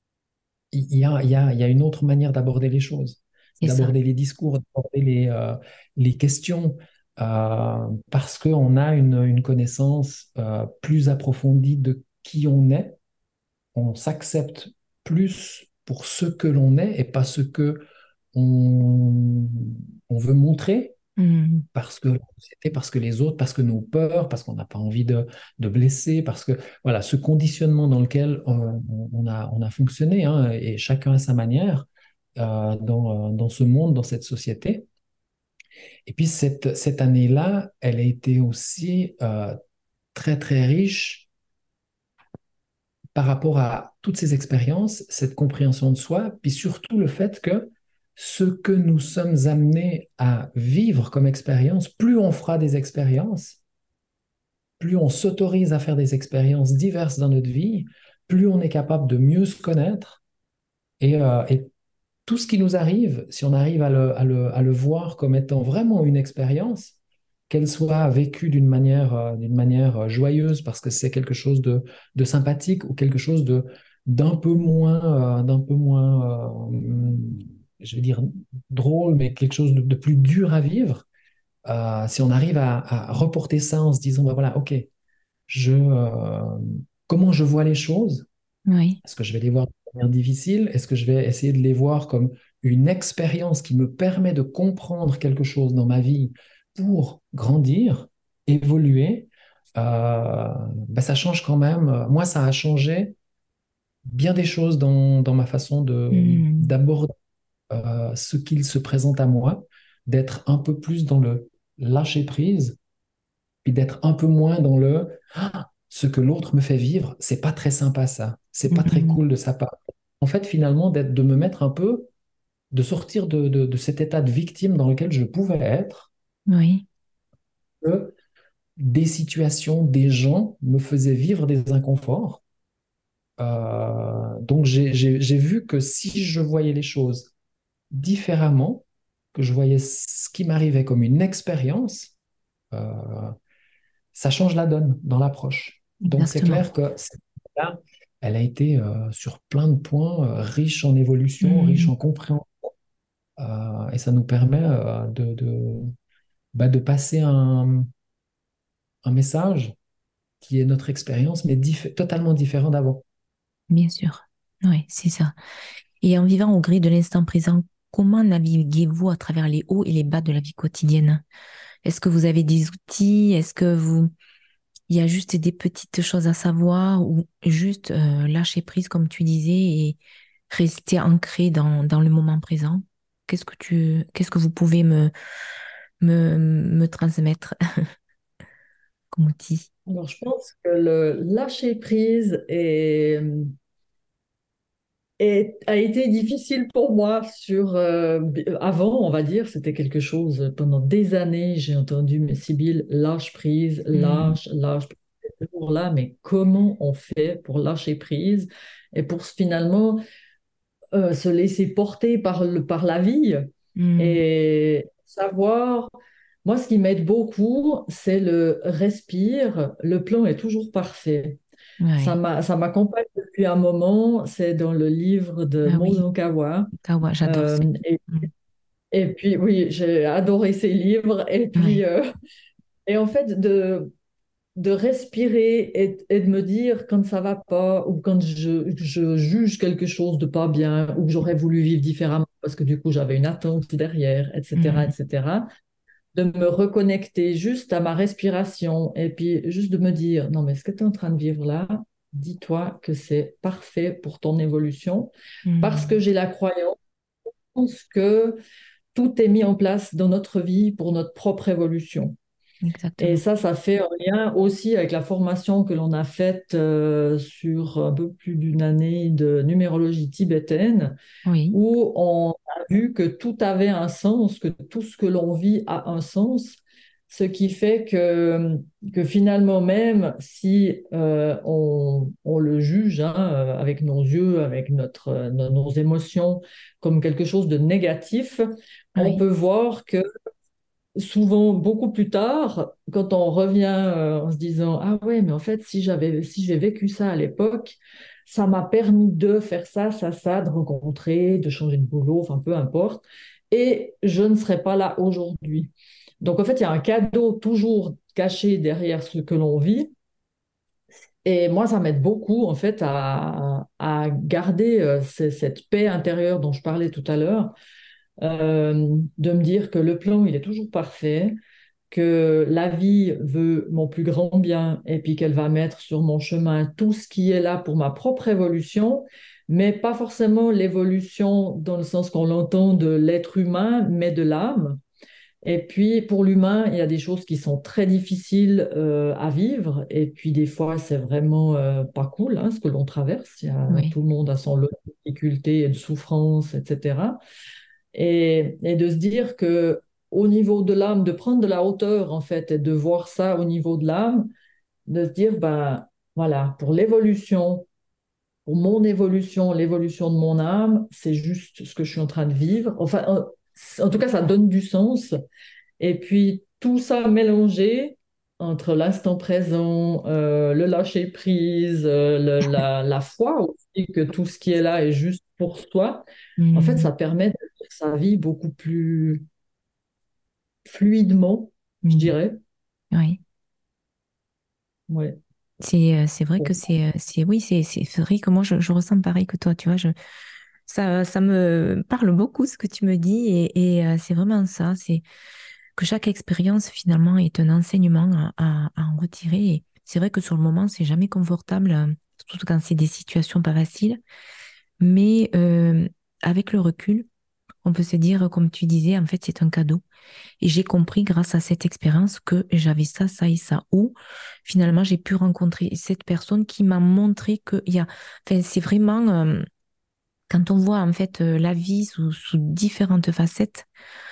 il y a une autre manière d'aborder les choses. C'est C'est ça. d'aborder les discours, d'aborder les questions, parce qu'on a une connaissance plus approfondie de qui on est. On s'accepte plus pour ce que l'on est et pas ce que on, on veut montrer. Mhm. parce que la société, parce que les autres, parce que nos peurs, parce qu'on n'a pas envie de blesser, parce que voilà, ce conditionnement dans lequel on a fonctionné, hein, et chacun à sa manière, dans ce monde, dans cette société. Et puis cette année-là, elle a été aussi très très riche par rapport à toutes ces expériences, cette compréhension de soi, puis surtout le fait que ce que nous sommes amenés à vivre comme expérience, plus on fera des expériences, plus on s'autorise à faire des expériences diverses dans notre vie, plus on est capable de mieux se connaître. Et tout ce qui nous arrive, si on arrive à le voir comme étant vraiment une expérience, qu'elle soit vécue d'une manière joyeuse parce que c'est quelque chose de sympathique ou quelque chose d'un peu moins, je vais dire drôle, mais quelque chose de plus dur à vivre, si on arrive à reporter ça en se disant, bah voilà, ok, comment je vois les choses? Oui, Est-ce que je vais les voir de manière difficile? Est-ce que je vais essayer de les voir comme une expérience qui me permet de comprendre quelque chose dans ma vie pour grandir, évoluer? Ben, ça change quand même. Moi, ça a changé bien des choses dans ma façon Mhm. d'aborder ce qu'il se présente à moi, d'être un peu plus dans le lâcher prise, puis d'être un peu moins dans le ce que l'autre me fait vivre, c'est pas très sympa ça, c'est pas très Mhm. cool de sa part. En fait, finalement, de me mettre un peu, de sortir de cet état de victime dans lequel je pouvais être, Oui, que des situations, des gens me faisaient vivre des inconforts. Donc j'ai vu que si je voyais les choses différemment, que je voyais ce qui m'arrivait comme une expérience, euh, ça change la donne dans l'approche. Donc c'est exactement. clair que cette là elle a été sur plein de points riche en évolution, riche Mhm. en compréhension, et ça nous permet bah, de passer un message qui est notre expérience, mais totalement différent d'avant. Bien sûr. Oui, c'est ça. Et en vivant au gré de l'instant présent, comment naviguez-vous à travers les hauts et les bas de la vie quotidienne? Est-ce que vous avez des outils? Il y a juste des petites choses à savoir ou juste lâcher prise, comme tu disais, et rester ancré dans le moment présent? Qu'est-ce que vous pouvez me transmettre comme outil? Alors, je pense que le lâcher prise a été difficile pour moi avant, on va dire, c'était quelque chose, pendant des années, j'ai entendu, mais Sybille, lâche prise, Hmm, lâche prise. C'est toujours là, mais comment on fait pour lâcher prise et pour finalement se laisser porter par la vie hmm, et savoir, moi, ce qui m'aide beaucoup, c'est le respire, le plan est toujours parfait. ouais. Ça m'accompagne depuis un moment. C'est dans le livre de Ah oui, Mozokawa. Kawa, j'adore ce Euh, livre. et, Hmm, et puis, oui, j'ai adoré ces livres. Et puis, ouais. et en fait, de respirer et de me dire quand ça va pas ou quand je juge quelque chose de pas bien ou que j'aurais voulu vivre différemment parce que du coup, j'avais une attente derrière, etc., Hmm, etc. De me reconnecter juste à ma respiration et puis juste de me dire, non, mais ce que tu es en train de vivre là, dis-toi que c'est parfait pour ton évolution parce que hmm, j'ai la croyance que tout est mis en place dans notre vie pour notre propre évolution. Et exactement. ça fait un lien aussi avec la formation que l'on a faite sur un peu plus d'une année de numérologie tibétaine Oui, où on a vu que tout avait un sens, que tout ce que l'on vit a un sens, ce qui fait que finalement même si on le juge hein, avec nos yeux, avec nos émotions comme quelque chose de négatif, on oui, peut voir que souvent beaucoup plus tard, quand on revient en se disant, ah ouais, mais en fait, si j'ai vécu ça à l'époque, ça m'a permis de faire ça, de rencontrer, de changer de boulot, enfin peu importe, et je ne serais pas là aujourd'hui. Donc en fait, il y a un cadeau toujours caché derrière ce que l'on vit. Et moi, ça m'aide beaucoup en fait à garder cette paix intérieure dont je parlais tout à l'heure de me dire que le plan, il est toujours parfait, que la vie veut mon plus grand bien et puis qu'elle va mettre sur mon chemin tout ce qui est là pour ma propre évolution, mais pas forcément l'évolution dans le sens qu'on l'entend de l'être humain, mais de l'âme. Et puis pour l'humain, il y a des choses qui sont très difficiles à vivre et puis des fois c'est vraiment pas cool hein, ce que l'on traverse. Oui. Tout le monde a son lot de difficultés et de souffrances, etc. Et de se dire que au niveau de l'âme, de prendre de la hauteur en fait et de voir ça au niveau de l'âme, de se dire ben voilà, pour l'évolution, pour mon évolution, l'évolution de mon âme, c'est juste ce que je suis en train de vivre. Enfin, en tout cas, ça donne du sens. Et puis tout ça mélangé entre l'instant présent, le lâcher prise, la foi aussi que tout ce qui est là est juste pour soi. En fait, Mm. ça permet de vivre sa vie beaucoup plus fluidement, je Mm. dirais. Oui. Ouais. C'est vrai que oui, c'est vrai que moi, je ressens pareil que toi, tu vois, ça me parle beaucoup ce que tu me dis et c'est vraiment ça, c'est que chaque expérience finalement est un enseignement à en retirer. Et c'est vrai que sur le moment, c'est jamais confortable, surtout quand c'est des situations pas faciles, mais avec le recul, on peut se dire, comme tu disais, en fait, c'est un cadeau. Et j'ai compris grâce à cette expérience que j'avais ça, ça et ça. Ou finalement, j'ai pu rencontrer cette personne qui m'a montré que il y a, enfin, c'est vraiment, quand on voit en fait la vie sous différentes facettes,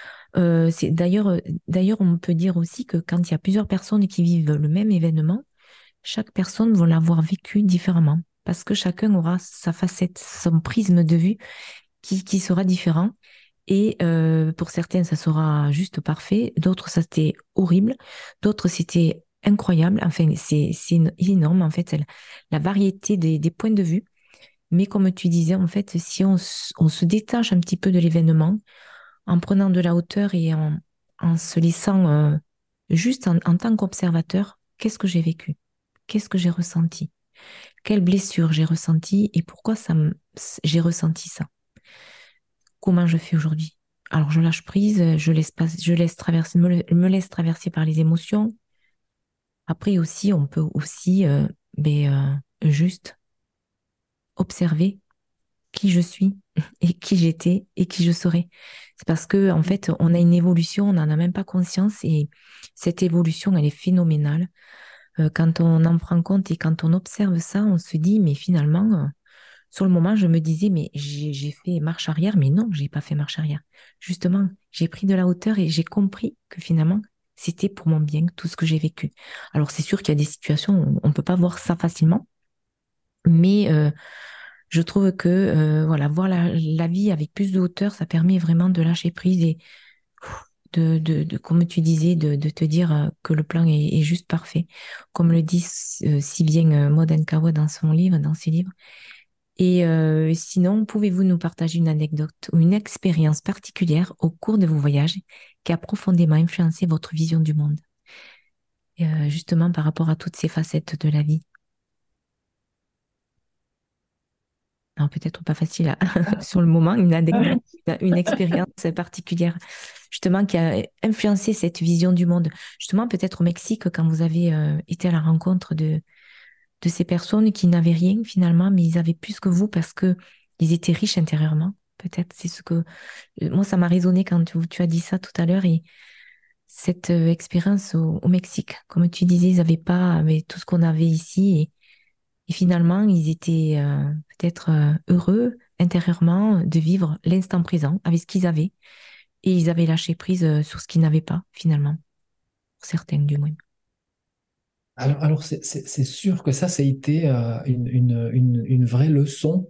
d'ailleurs, on peut dire aussi que quand il y a plusieurs personnes qui vivent le même événement, chaque personne va l'avoir vécu différemment. Parce que chacun aura sa facette, son prisme de vue qui sera différent. Et pour certains, ça sera juste parfait. D'autres, ça c'était horrible. D'autres, c'était incroyable. Enfin, c'est énorme, en fait, la variété des points de vue. Mais comme tu disais, en fait, si on se détache un petit peu de l'événement, en prenant de la hauteur et en se laissant juste en tant qu'observateur, qu'est-ce que j'ai vécu? Qu'est-ce que j'ai ressenti? Quelle blessure j'ai ressenti et pourquoi j'ai ressenti ça? Comment je fais aujourd'hui? Alors je lâche prise, je laisse traverser, me laisse traverser par les émotions. Après aussi, on peut aussi juste observer qui je suis et qui j'étais et qui je serai. C'est parce que en fait, on a une évolution, on n'en a même pas conscience et cette évolution, elle est phénoménale. Quand on en prend compte et quand on observe ça, on se dit, mais finalement, sur le moment, je me disais, mais j'ai fait marche arrière, mais non, j'ai pas fait marche arrière. Justement, j'ai pris de la hauteur et j'ai compris que finalement, c'était pour mon bien, tout ce que j'ai vécu. Alors, c'est sûr qu'il y a des situations où on peut pas voir ça facilement, mais je trouve que voilà, voir la vie avec plus de hauteur, ça permet vraiment de lâcher prise et comme tu disais, de te dire que le plan est juste parfait, comme le dit si bien Maud Kawa dans son livre, dans ses livres. Et sinon, pouvez-vous nous partager une anecdote ou une expérience particulière au cours de vos voyages qui a profondément influencé votre vision du monde, justement par rapport à toutes ces facettes de la vie? Alors peut-être pas facile sur le moment, une anecdote, une expérience particulière, justement qui a influencé cette vision du monde. Justement, peut-être au Mexique, quand vous avez été à la rencontre de ces personnes qui n'avaient rien finalement, mais ils avaient plus que vous parce que ils étaient riches intérieurement. Peut-être c'est ce que moi ça m'a résonné quand tu as dit ça tout à l'heure et cette expérience au Mexique, comme tu disais, ils n'avaient pas mais tout ce qu'on avait ici et finalement ils étaient peut-être heureux intérieurement de vivre l'instant présent avec ce qu'ils avaient et ils avaient lâché prise sur ce qu'ils n'avaient pas finalement, pour certains du moins. Alors c'est sûr que ça a été une vraie leçon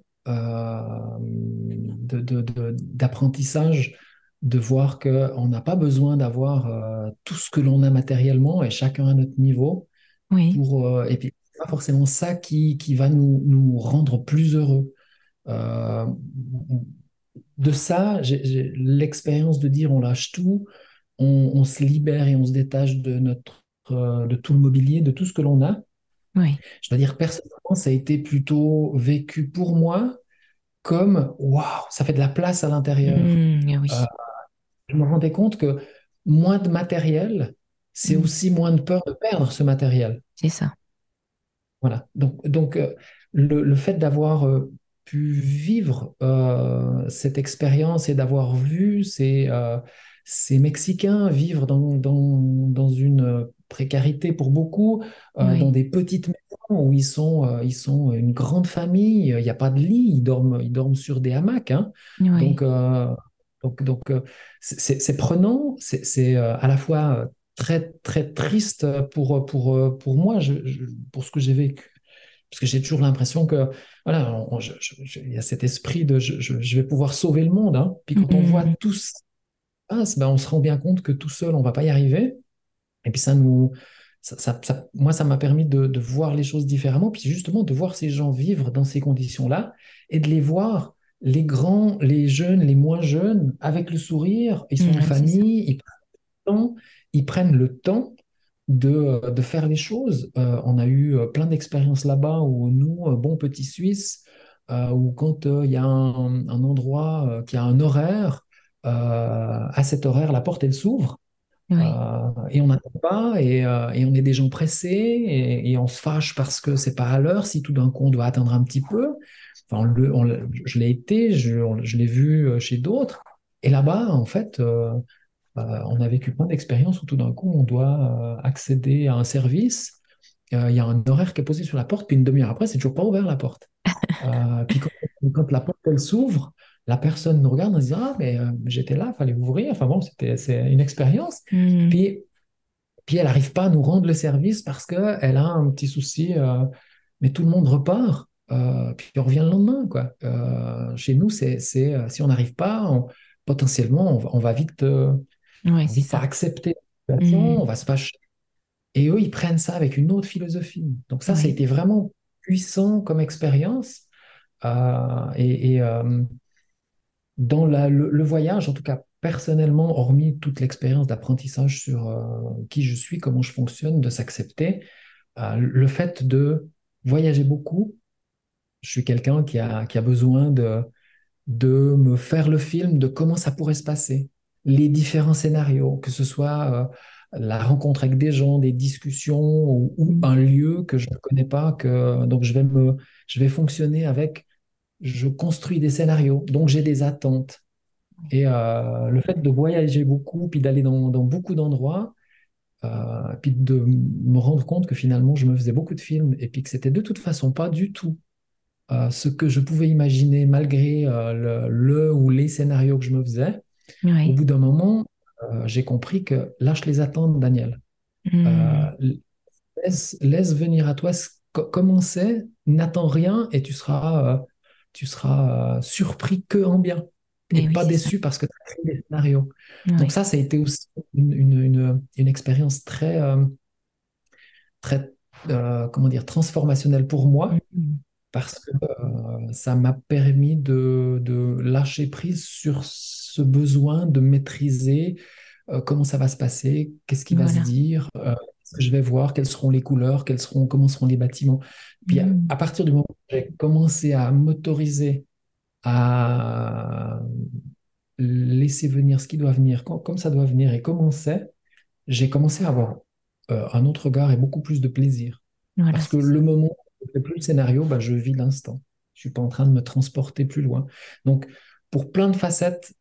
d'apprentissage, de voir qu'on n'a pas besoin d'avoir tout ce que l'on a matériellement et chacun à notre niveau Oui, et puis c'est pas forcément ça qui va nous rendre plus heureux. Euh, de ça, j'ai l'expérience de dire on lâche tout, on se libère et on se détache de tout le mobilier, de tout ce que l'on a. oui, Je dois dire, personnellement, ça a été plutôt vécu pour moi comme, waouh, ça fait de la place à l'intérieur. Euh, Oui, je me rendais compte que moins de matériel, c'est mm, aussi moins de peur de perdre ce matériel. c'est ça. Voilà. Donc, le fait d'avoir pu vivre cette expérience et d'avoir vu ces Mexicains vivre dans une précarité pour beaucoup, dans Oui, des petites maisons où ils sont une grande famille, il n'y a pas de lit, ils dorment sur des hamacs, hein. Donc, oui, c'est prenant, c'est à la fois très, très triste pour moi, pour ce que j'ai vécu. Parce que j'ai toujours l'impression que, voilà, il y a cet esprit de je vais pouvoir sauver le monde, hein. Puis quand on voit mm, tout ça, ben, on se rend bien compte que tout seul, on va pas y arriver. Et puis moi, ça m'a permis de voir les choses différemment. Puis justement, de voir ces gens vivre dans ces conditions-là et de les voir, les grands, les jeunes, les moins jeunes, avec le sourire, ils sont en oui, c'est ça. famille, temps, ils prennent le temps de faire les choses. On a eu plein d'expériences là-bas où nous, bons petits Suisses, où quand il y a un endroit qui a un horaire, à cet horaire, la porte, elle s'ouvre. Oui, Et on n'attend pas, et on est des gens pressés, et on se fâche parce que c'est pas à l'heure, si tout d'un coup on doit attendre un petit peu. Enfin, je l'ai été, je l'ai vu chez d'autres. Et là-bas, en fait, on a vécu plein d'expériences où tout d'un coup, on doit accéder à un service. Il y a un horaire qui est posé sur la porte, puis une demi-heure après, c'est toujours pas ouvert la porte. Puis quand la porte, elle s'ouvre, la personne nous regarde en se dit, ah, mais j'étais là, fallait ouvrir. Enfin bon, c'est une expérience. mm, Puis, puis elle n'arrive pas à nous rendre le service parce qu'elle a un petit souci, mais tout le monde repart. Puis on revient le lendemain, quoi. Chez nous, si on n'arrive pas, potentiellement, on va vite. oui, On c'est vite pas ça. accepter la situation, Mm, on va se fâcher. Et eux, ils prennent ça avec une autre philosophie. Donc ça a oui, été vraiment puissant comme expérience. Et dans le voyage, en tout cas personnellement, hormis toute l'expérience d'apprentissage sur qui je suis, comment je fonctionne, de s'accepter, le fait de voyager beaucoup, je suis quelqu'un qui a besoin de me faire le film de comment ça pourrait se passer, les différents scénarios, que ce soit la rencontre avec des gens, des discussions ou mm, un lieu que je ne connais pas, donc je vais fonctionner avec, je construis des scénarios, donc j'ai des attentes. Et le fait de voyager beaucoup, puis d'aller dans beaucoup d'endroits, puis de me rendre compte que finalement je me faisais beaucoup de films et puis que c'était de toute façon pas du tout ce que je pouvais imaginer malgré le ou les scénarios que je me faisais. Au oui, bout d'un moment, j'ai compris que lâche les attentes, Daniel. mm, Euh, laisse venir à toi comment c'est, n'attends rien et tu seras surpris que en bien et mais oui, pas c'est ça. déçu parce que tu as créé des scénarios. Donc Oui, ça a été aussi une expérience très, très comment dire, transformationnelle pour moi mm, parce que ça m'a permis de lâcher prise sur ce besoin de maîtriser comment ça va se passer, qu'est-ce qui va se voilà. dire, qu'est-ce que je vais voir, quelles seront les couleurs, comment seront les bâtiments. Puis à Mm, partir du moment où j'ai commencé à m'autoriser à laisser venir ce qui doit venir, comme ça doit venir et comment c'est, j'ai commencé à avoir un autre regard et beaucoup plus de plaisir. voilà, Parce que c'est ça. le moment où je ne fais plus le scénario, bah, je vis l'instant. Je suis pas en train de me transporter plus loin. Donc, pour plein de facettes,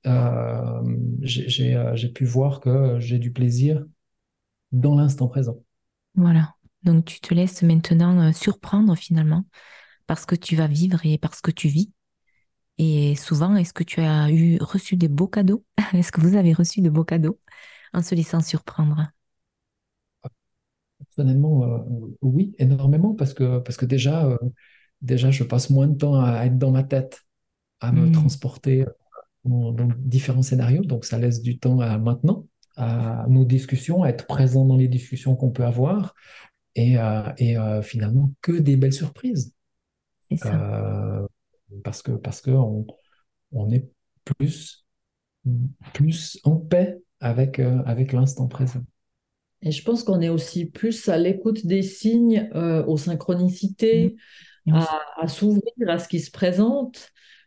j'ai pu voir que j'ai du plaisir dans l'instant présent. Voilà. Donc tu te laisses maintenant surprendre finalement parce que tu vas vivre et parce que tu vis. Et souvent, est-ce que tu as reçu des beaux cadeaux? Est-ce que vous avez reçu de beaux cadeaux en se laissant surprendre? Personnellement, oui, énormément, parce que déjà, je passe moins de temps à être dans ma tête, à me Mm, transporter dans différents scénarios. Donc, ça laisse du temps à maintenant, à nos discussions, à être présent dans les discussions qu'on peut avoir. Et finalement, que des belles surprises. c'est ça. Euh, parce que on est plus, plus en paix avec l'instant présent. Et je pense qu'on est aussi plus à l'écoute des signes, aux Mm, synchronicités, à, oui. à s'ouvrir à ce qui se présente.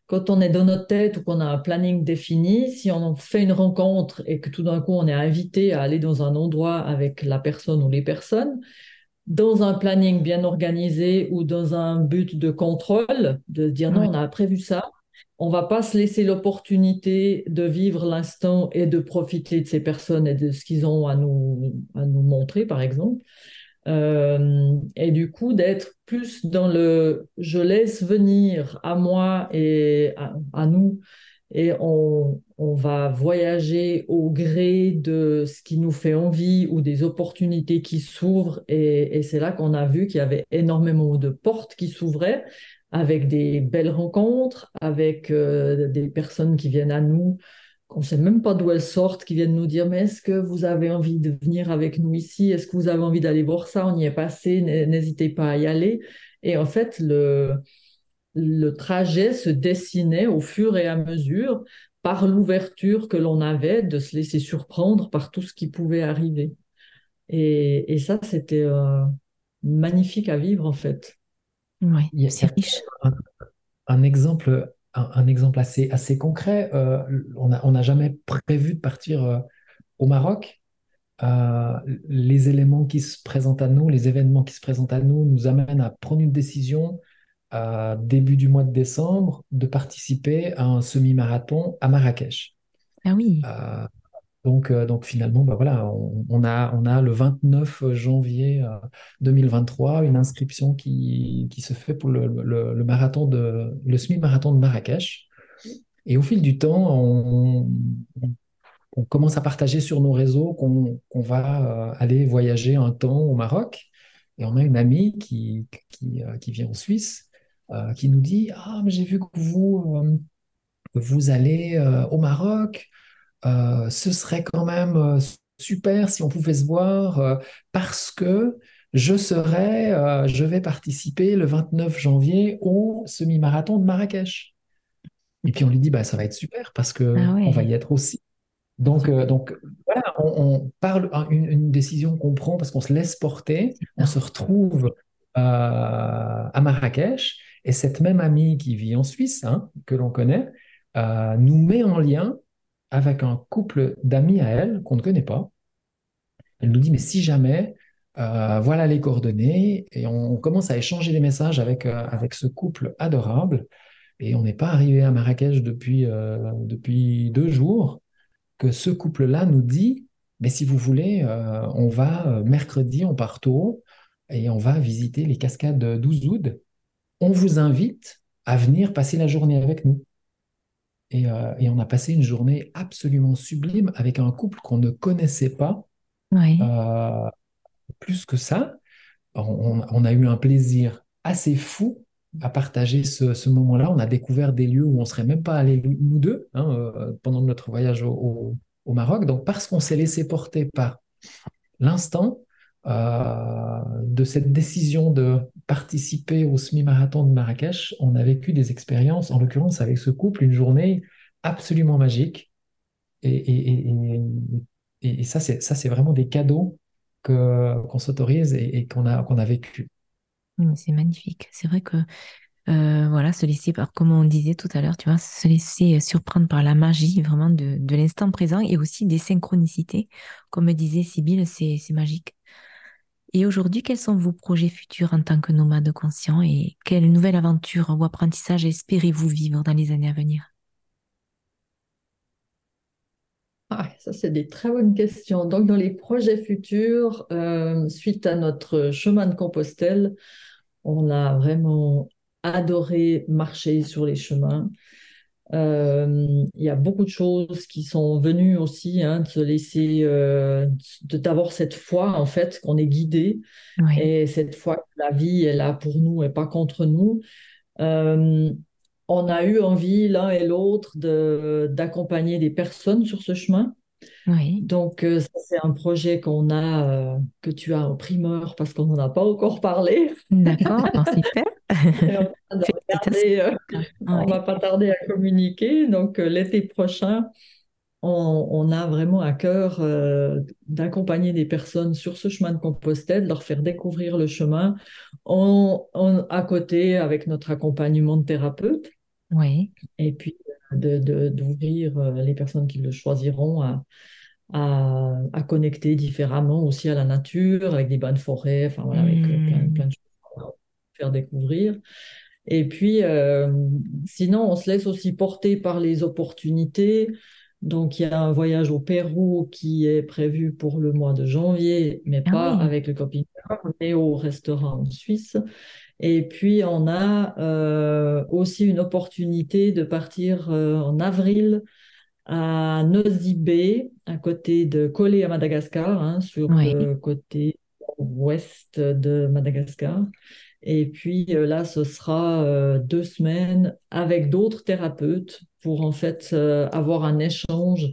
quand on est dans notre tête ou qu'on a un planning défini, si on fait une rencontre et que tout d'un coup on est invité à aller dans un endroit avec la personne ou les personnes, dans un planning bien organisé ou dans un but de contrôle, de dire non, Oui, on a prévu ça, on va pas se laisser l'opportunité de vivre l'instant et de profiter de ces personnes et de ce qu'ils ont à nous montrer, par exemple. Et du coup, d'être plus dans le je laisse venir à moi et à nous, et on va voyager au gré de ce qui nous fait envie ou des opportunités qui s'ouvrent. Et c'est là qu'on a vu qu'il y avait énormément de portes qui s'ouvraient avec des belles rencontres, avec des personnes qui viennent à nous qu'on ne sait même pas d'où elles sortent, qui viennent nous dire, mais est-ce que vous avez envie de venir avec nous ici? Est-ce que vous avez envie d'aller voir ça? On y est passé, n'hésitez pas à y aller. Et en fait, le trajet se dessinait au fur et à mesure par l'ouverture que l'on avait de se laisser surprendre par tout ce qui pouvait arriver. Et ça, c'était magnifique à vivre, en fait. oui, Il y c'est a riche. un, un exemple, un exemple assez concret. On n'a jamais prévu de partir au Maroc. Euh, les éléments qui se présentent à nous, les événements qui se présentent à nous, nous amènent à prendre une décision début du mois de décembre de participer à un semi-marathon à Marrakech. Ah oui, Euh, donc finalement, bah voilà, on a le 29 janvier 2023 une inscription qui se fait pour le marathon le semi-marathon de Marrakech. Et au fil du temps, on commence à partager sur nos réseaux qu'on va aller voyager un temps au Maroc. Et on a une amie qui vit en Suisse, qui nous dit, ah, mais j'ai vu que vous allez au Maroc. Ce serait quand même super si on pouvait se voir parce que je vais participer le 29 janvier au semi-marathon de Marrakech. Et puis on lui dit, bah, ça va être super parce ah que on va ouais, y être aussi. Donc voilà, on parle, une décision qu'on prend parce qu'on se laisse porter, c'est on ça. se retrouve à Marrakech et cette même amie qui vit en Suisse, hein, que l'on connaît, nous met en lien avec un couple d'amis à elle qu'on ne connaît pas. Elle nous dit, mais si jamais, voilà les coordonnées et on commence à échanger des messages avec ce couple adorable et on n'est pas arrivé à Marrakech depuis 2 jours que ce couple-là nous dit, mais si vous voulez, on va mercredi, on part tôt et on va visiter les cascades d'Ouzoud. On vous invite à venir passer la journée avec nous. Et on a passé une journée absolument sublime avec un couple qu'on ne connaissait pas. Oui, Euh, Plus que ça, on a eu un plaisir assez fou à partager ce moment-là. On a découvert des lieux où on ne serait même pas allés nous deux, hein, pendant notre voyage au Maroc. Donc, parce qu'on s'est laissé porter par l'instant de cette décision de participer au semi-marathon de Marrakech, on a vécu des expériences, en l'occurrence avec ce couple, une journée absolument magique. Et, et, et, et ça, c'est vraiment des cadeaux qu'on s'autorise et qu'on a vécu. c'est magnifique. C'est vrai que voilà, se laisser, comme on disait tout à l'heure, tu vois, se laisser surprendre par la magie vraiment de l'instant présent et aussi des synchronicités. Comme disait Sybille, c'est magique. Et aujourd'hui, quels sont vos projets futurs en tant que nomade conscient et quelle nouvelle aventure ou apprentissage espérez-vous vivre dans les années à venir? Ah, ça, c'est des très bonnes questions. Donc, dans les projets futurs, suite à notre chemin de Compostelle, on a vraiment adoré marcher sur les chemins. Il y a beaucoup de choses qui sont venues aussi, hein, de se laisser, d'avoir cette foi en fait qu'on est guidé Oui, et cette foi que la vie est là pour nous et pas contre nous. Euh, on a eu envie l'un et l'autre d'accompagner des personnes sur ce chemin. oui, Donc, ça, c'est un projet qu'on a, que tu as en primeur parce qu'on n'en a pas encore parlé. d'accord, oh, super. Et Félicitations. on Oui, va pas tarder à communiquer. Donc, l'été prochain, on a vraiment à cœur d'accompagner des personnes sur ce chemin de Compostelle, de leur faire découvrir le chemin à côté avec notre accompagnement de thérapeute. Oui. et puis d'ouvrir les personnes qui le choisiront à connecter différemment aussi à la nature, avec des bains de forêt, enfin voilà, avec plein Hmm. de choses à faire découvrir. Et puis, sinon, on se laisse aussi porter par les opportunités. Donc, il y a un voyage au Pérou qui est prévu pour le mois de janvier, mais Ah pas oui, avec le camping-car, mais au restaurant en Suisse. Et puis, on a aussi une opportunité de partir en avril à Nosy Be, à côté de Collé à Madagascar, hein, sur oui, le côté ouest de Madagascar. Et puis là, ce sera 2 semaines avec d'autres thérapeutes pour en fait avoir un échange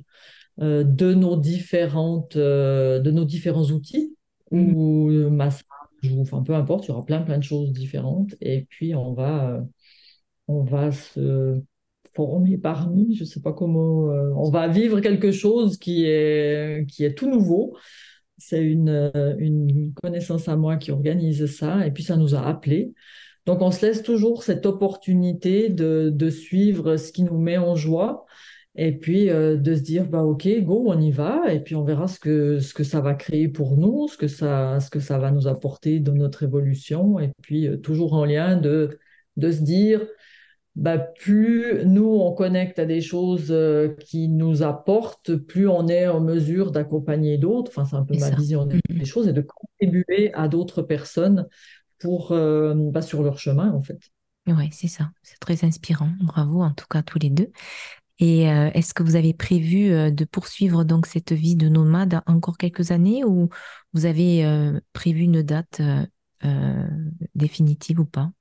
de nos différents outils hmm, ou massage ou enfin peu importe, il y aura plein de choses différentes. Et puis on va se former parmi, je sais pas comment, on va vivre quelque chose qui est tout nouveau. C'est une connaissance à moi qui organise ça, et puis ça nous a appelés. Donc on se laisse toujours cette opportunité de suivre ce qui nous met en joie, et puis de se dire, bah ok, go, on y va, et puis on verra ce que ça va créer pour nous, ce que ça va nous apporter dans notre évolution, et puis toujours en lien de se dire, bah, plus nous on connecte à des choses qui nous apportent, plus on est en mesure d'accompagner d'autres. Enfin, c'est un peu c'est ma ça. vision Hmm. des choses et de contribuer à d'autres personnes pour bah, sur leur chemin en fait. Oui, c'est ça. C'est très inspirant. Bravo, en tout cas, tous les deux. Et est-ce que vous avez prévu de poursuivre donc cette vie de nomade encore quelques années ou vous avez prévu une date euh, définitive ou pas?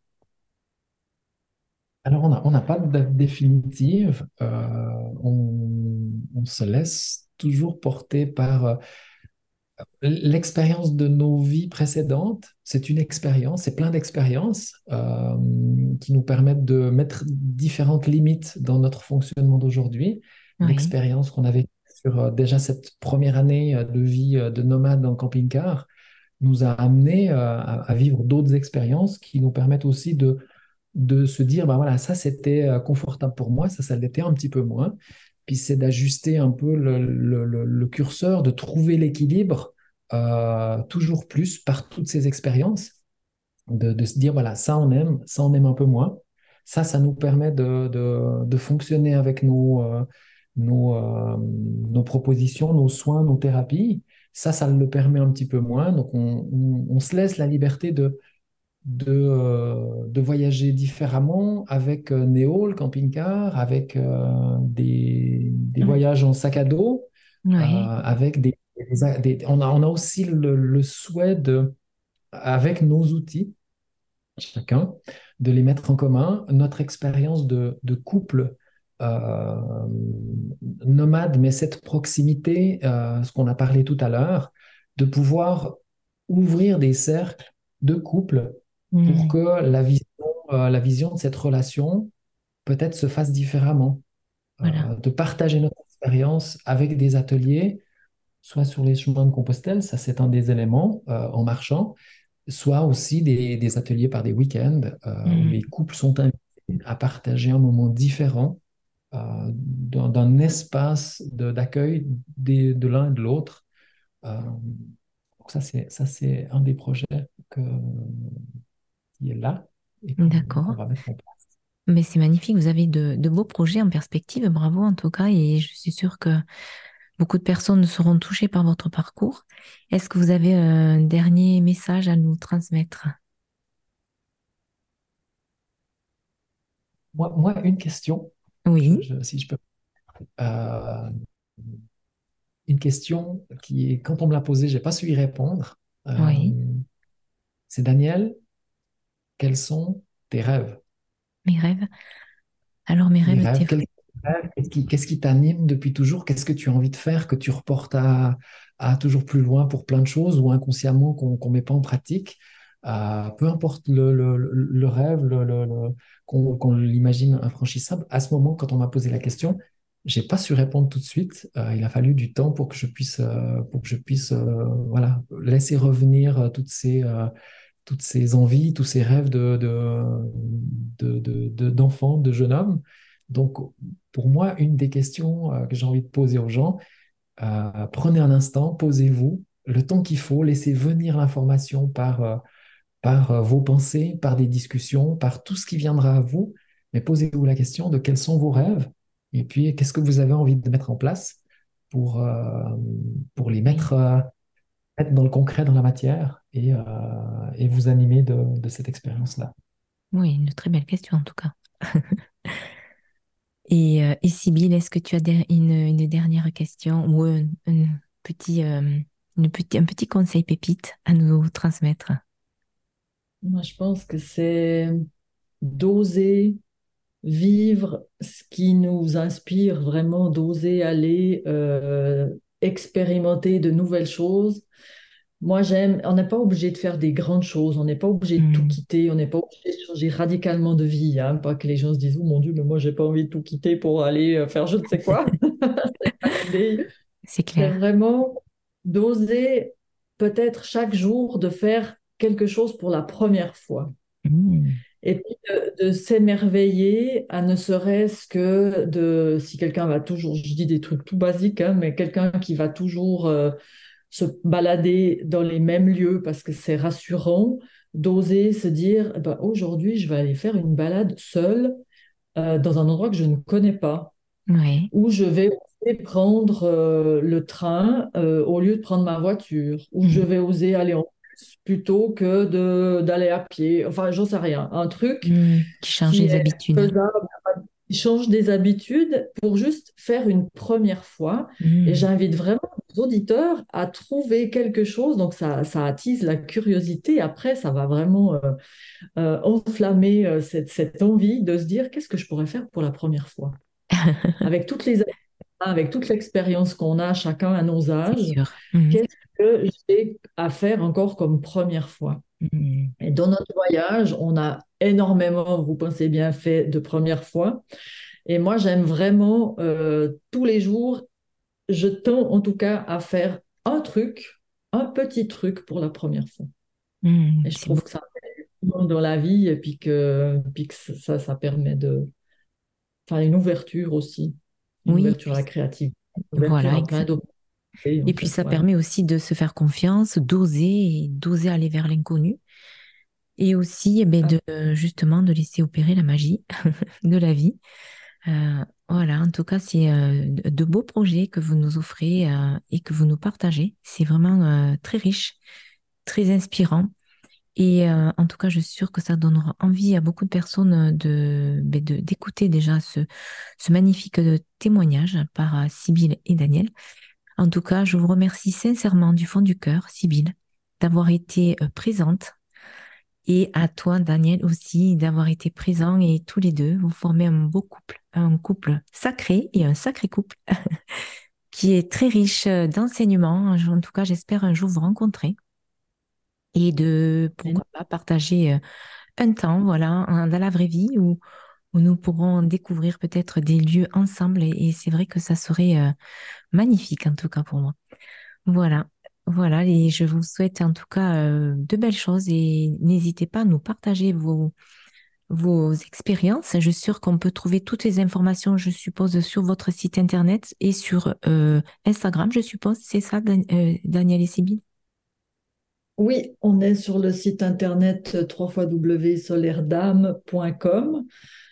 Alors, on n'a pas de date définitive. On se laisse toujours porter par l'expérience de nos vies précédentes. C'est une expérience, c'est plein d'expériences qui nous permettent de mettre différentes limites dans notre fonctionnement d'aujourd'hui. Oui, L'expérience qu'on avait sur déjà cette première année de vie de nomade en camping-car nous a amené à vivre d'autres expériences qui nous permettent aussi de se dire, bah voilà, ça c'était confortable pour moi, ça l'était un petit peu moins. Puis c'est d'ajuster un peu le curseur, de trouver l'équilibre toujours plus par toutes ces expériences, de se dire, voilà, ça on aime un peu moins. Ça nous permet de fonctionner avec nos propositions, nos soins, nos thérapies. Ça le permet un petit peu moins. Donc on se laisse la liberté de voyager différemment avec Néo, le camping-car, avec des mm, voyages en sac à dos, oui, avec on a aussi le souhait avec nos outils, chacun, de les mettre en commun. Notre expérience de couple euh, nomade, mais cette proximité, ce qu'on a parlé tout à l'heure, de pouvoir ouvrir des cercles de couple pour mm, que la vision de cette relation peut-être se fasse différemment, voilà, de partager notre expérience avec des ateliers, soit sur les chemins de Compostelle, ça c'est un des éléments en marchant, soit aussi des ateliers par des week-ends où mm, les couples sont invités à partager un moment différent d'un espace d'accueil de l'un et de l'autre. Donc ça c'est un des projets que, qui est là et qu'on d'accord. va mettre en place. Mais c'est magnifique, vous avez de beaux projets en perspective, bravo en tout cas, et je suis sûre que beaucoup de personnes seront touchées par votre parcours. Est-ce que vous avez un dernier message à nous transmettre? Moi, une question, Oui, si je peux. Euh, une question qui est, quand on me l'a posée, j'ai pas su y répondre. Euh, oui, c'est Daniel, quels sont tes rêves? mes rêves. Alors mes Les rêves, rêves, c'est vrai. qu'est-ce qui t'anime depuis toujours? Qu'est-ce que tu as envie de faire que tu reportes à toujours plus loin pour plein de choses ou inconsciemment qu'on met pas en pratique? Peu importe le rêve, qu'on l'imagine infranchissable. À ce moment, quand on m'a posé la question, j'ai pas su répondre tout de suite. Il a fallu du temps pour que je puisse voilà, laisser revenir toutes toutes ces envies, tous ces rêves d'enfants, de jeunes hommes. Donc, pour moi, une des questions que j'ai envie de poser aux gens, prenez un instant, posez-vous, le temps qu'il faut, laissez venir l'information par vos pensées, par des discussions, par tout ce qui viendra à vous, mais posez-vous la question de quels sont vos rêves et puis qu'est-ce que vous avez envie de mettre en place pour, euh, pour les Oui, mettre dans le concret, dans la matière et vous animer de cette expérience-là. oui, une très belle question en tout cas. Et Sybille, est-ce que tu as une dernière question ou petit, un petit conseil pépite à nous transmettre? Moi, je pense que c'est d'oser vivre ce qui nous inspire vraiment, d'oser aller expérimenter de nouvelles choses. Moi, j'aime, on n'est pas obligé de faire des grandes choses, on n'est pas obligé de tout Hmm, quitter, on n'est pas obligé de changer radicalement de vie, hein. Pas que les gens se disent, oh mon Dieu, mais moi, j'ai pas envie de tout quitter pour aller faire je ne sais quoi. C'est pas l'idée. c'est C'est clair. vraiment d'oser peut-être chaque jour de faire quelque chose pour la première fois. Hmm, Et puis de s'émerveiller à ne serait-ce que de, si quelqu'un va toujours, je dis des trucs tout basiques, hein, mais quelqu'un qui va toujours se balader dans les mêmes lieux parce que c'est rassurant, d'oser se dire, eh ben, aujourd'hui, je vais aller faire une balade seule dans un endroit que je ne connais pas, ouais. où je vais oser prendre le train au lieu de prendre ma voiture, où je Hmm, vais oser aller en bus plutôt que d'aller à pied. Enfin, j'en sais rien. Un truc qui change qui les est habitudes. faisable, qui change des habitudes pour juste faire une première fois. Et Hmm. j'invite vraiment les auditeurs à trouver quelque chose. Donc, ça attise la curiosité. Après, ça va vraiment enflammer cette envie de se dire, qu'est-ce que je pourrais faire pour la première fois? Avec toutes les avec toute l'expérience qu'on a chacun à nos C'est âges, sûr. Hmm, qu'est-ce que j'ai à faire encore comme première fois? hmm. Et dans notre voyage, on a énormément, vous pensez bien, fait de première fois. Et moi, j'aime vraiment tous les jours, je tends en tout cas à faire un truc, un petit truc pour la première fois. Et je C'est beau. trouve que ça fait du monde dans la vie et puis que ça permet de faire une ouverture aussi, une Oui, ouverture à la créativité, une ouverture voilà, à plein d'autres choses, en et puis fait. ça Voilà. permet aussi de se faire confiance, d'oser aller vers l'inconnu. Et aussi, eh ben, justement, de laisser opérer la magie de la vie. Voilà, en tout cas, c'est de beaux projets que vous nous offrez et que vous nous partagez. C'est vraiment très riche, très inspirant. Et en tout cas, je suis sûre que ça donnera envie à beaucoup de personnes d'écouter déjà ce magnifique témoignage par Sybille et Daniel. En tout cas, je vous remercie sincèrement du fond du cœur, Sybille, d'avoir été présente et à toi, Daniel, aussi, d'avoir été présent et tous les deux, vous formez un couple sacré et un sacré couple qui est très riche d'enseignements. En tout cas, j'espère un jour vous rencontrer et de, pourquoi pas, partager un temps, voilà, dans la vraie vie où nous pourrons découvrir peut-être des lieux ensemble et c'est vrai que ça serait magnifique en tout cas pour moi. Voilà. Voilà, et je vous souhaite en tout cas de belles choses et n'hésitez pas à nous partager vos expériences. Je suis sûre qu'on peut trouver toutes les informations, je suppose, sur votre site internet et sur Instagram, je suppose. C'est ça, Daniel et Sybille? Oui, on est sur le site internet www.solerdam.com.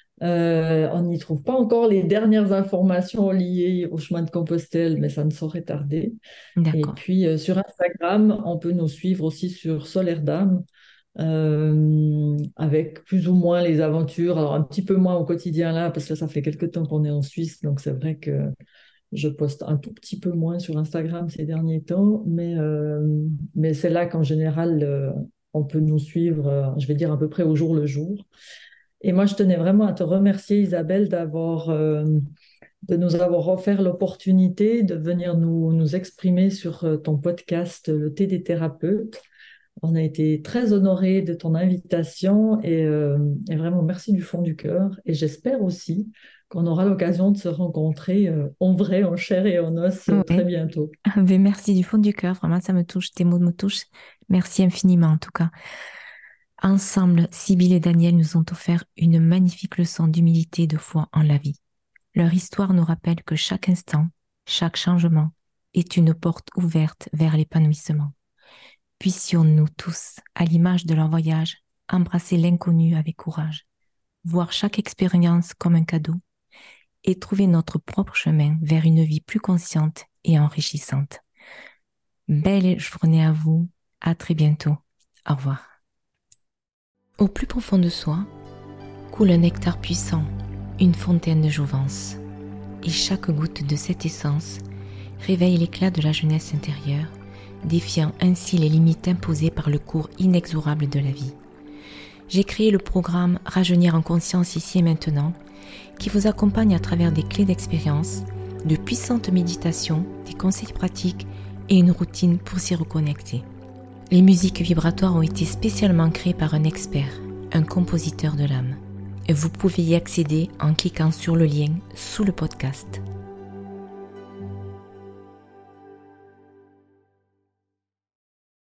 On n'y trouve pas encore les dernières informations liées au chemin de Compostelle, mais ça ne saurait tarder. Et D'accord. puis sur Instagram, on peut nous suivre aussi sur Solerdam, avec plus ou moins les aventures. Alors un petit peu moins au quotidien là, parce que ça fait quelque temps qu'on est en Suisse, donc c'est vrai que je poste un tout petit peu moins sur Instagram ces derniers temps, mais c'est là qu'en général, on peut nous suivre, je vais dire à peu près au jour le jour. Et moi, je tenais vraiment à te remercier, Isabelle, de nous avoir offert l'opportunité de venir nous exprimer sur ton podcast Le thé des thérapeutes. On a été très honorés de ton invitation et vraiment merci du fond du cœur. Et j'espère aussi qu'on aura l'occasion de se rencontrer en vrai, en chair et en os très Ouais. bientôt. Mais merci du fond du cœur. Vraiment, ça me touche. Tes mots me touchent. Merci infiniment, en tout cas. Ensemble, Sybille et Daniel nous ont offert une magnifique leçon d'humilité et de foi en la vie. Leur histoire nous rappelle que chaque instant, chaque changement est une porte ouverte vers l'épanouissement. Puissions-nous tous, à l'image de leur voyage, embrasser l'inconnu avec courage, voir chaque expérience comme un cadeau et trouver notre propre chemin vers une vie plus consciente et enrichissante. Belle journée à vous, à très bientôt. Au revoir. Au plus profond de soi, coule un nectar puissant, une fontaine de jouvence. Et chaque goutte de cette essence réveille l'éclat de la jeunesse intérieure, défiant ainsi les limites imposées par le cours inexorable de la vie. J'ai créé le programme Rajeunir en conscience ici et maintenant, qui vous accompagne à travers des clés d'expérience, de puissantes méditations, des conseils pratiques et une routine pour s'y reconnecter. Les musiques vibratoires ont été spécialement créées par un expert, un compositeur de l'âme. Vous pouvez y accéder en cliquant sur le lien sous le podcast.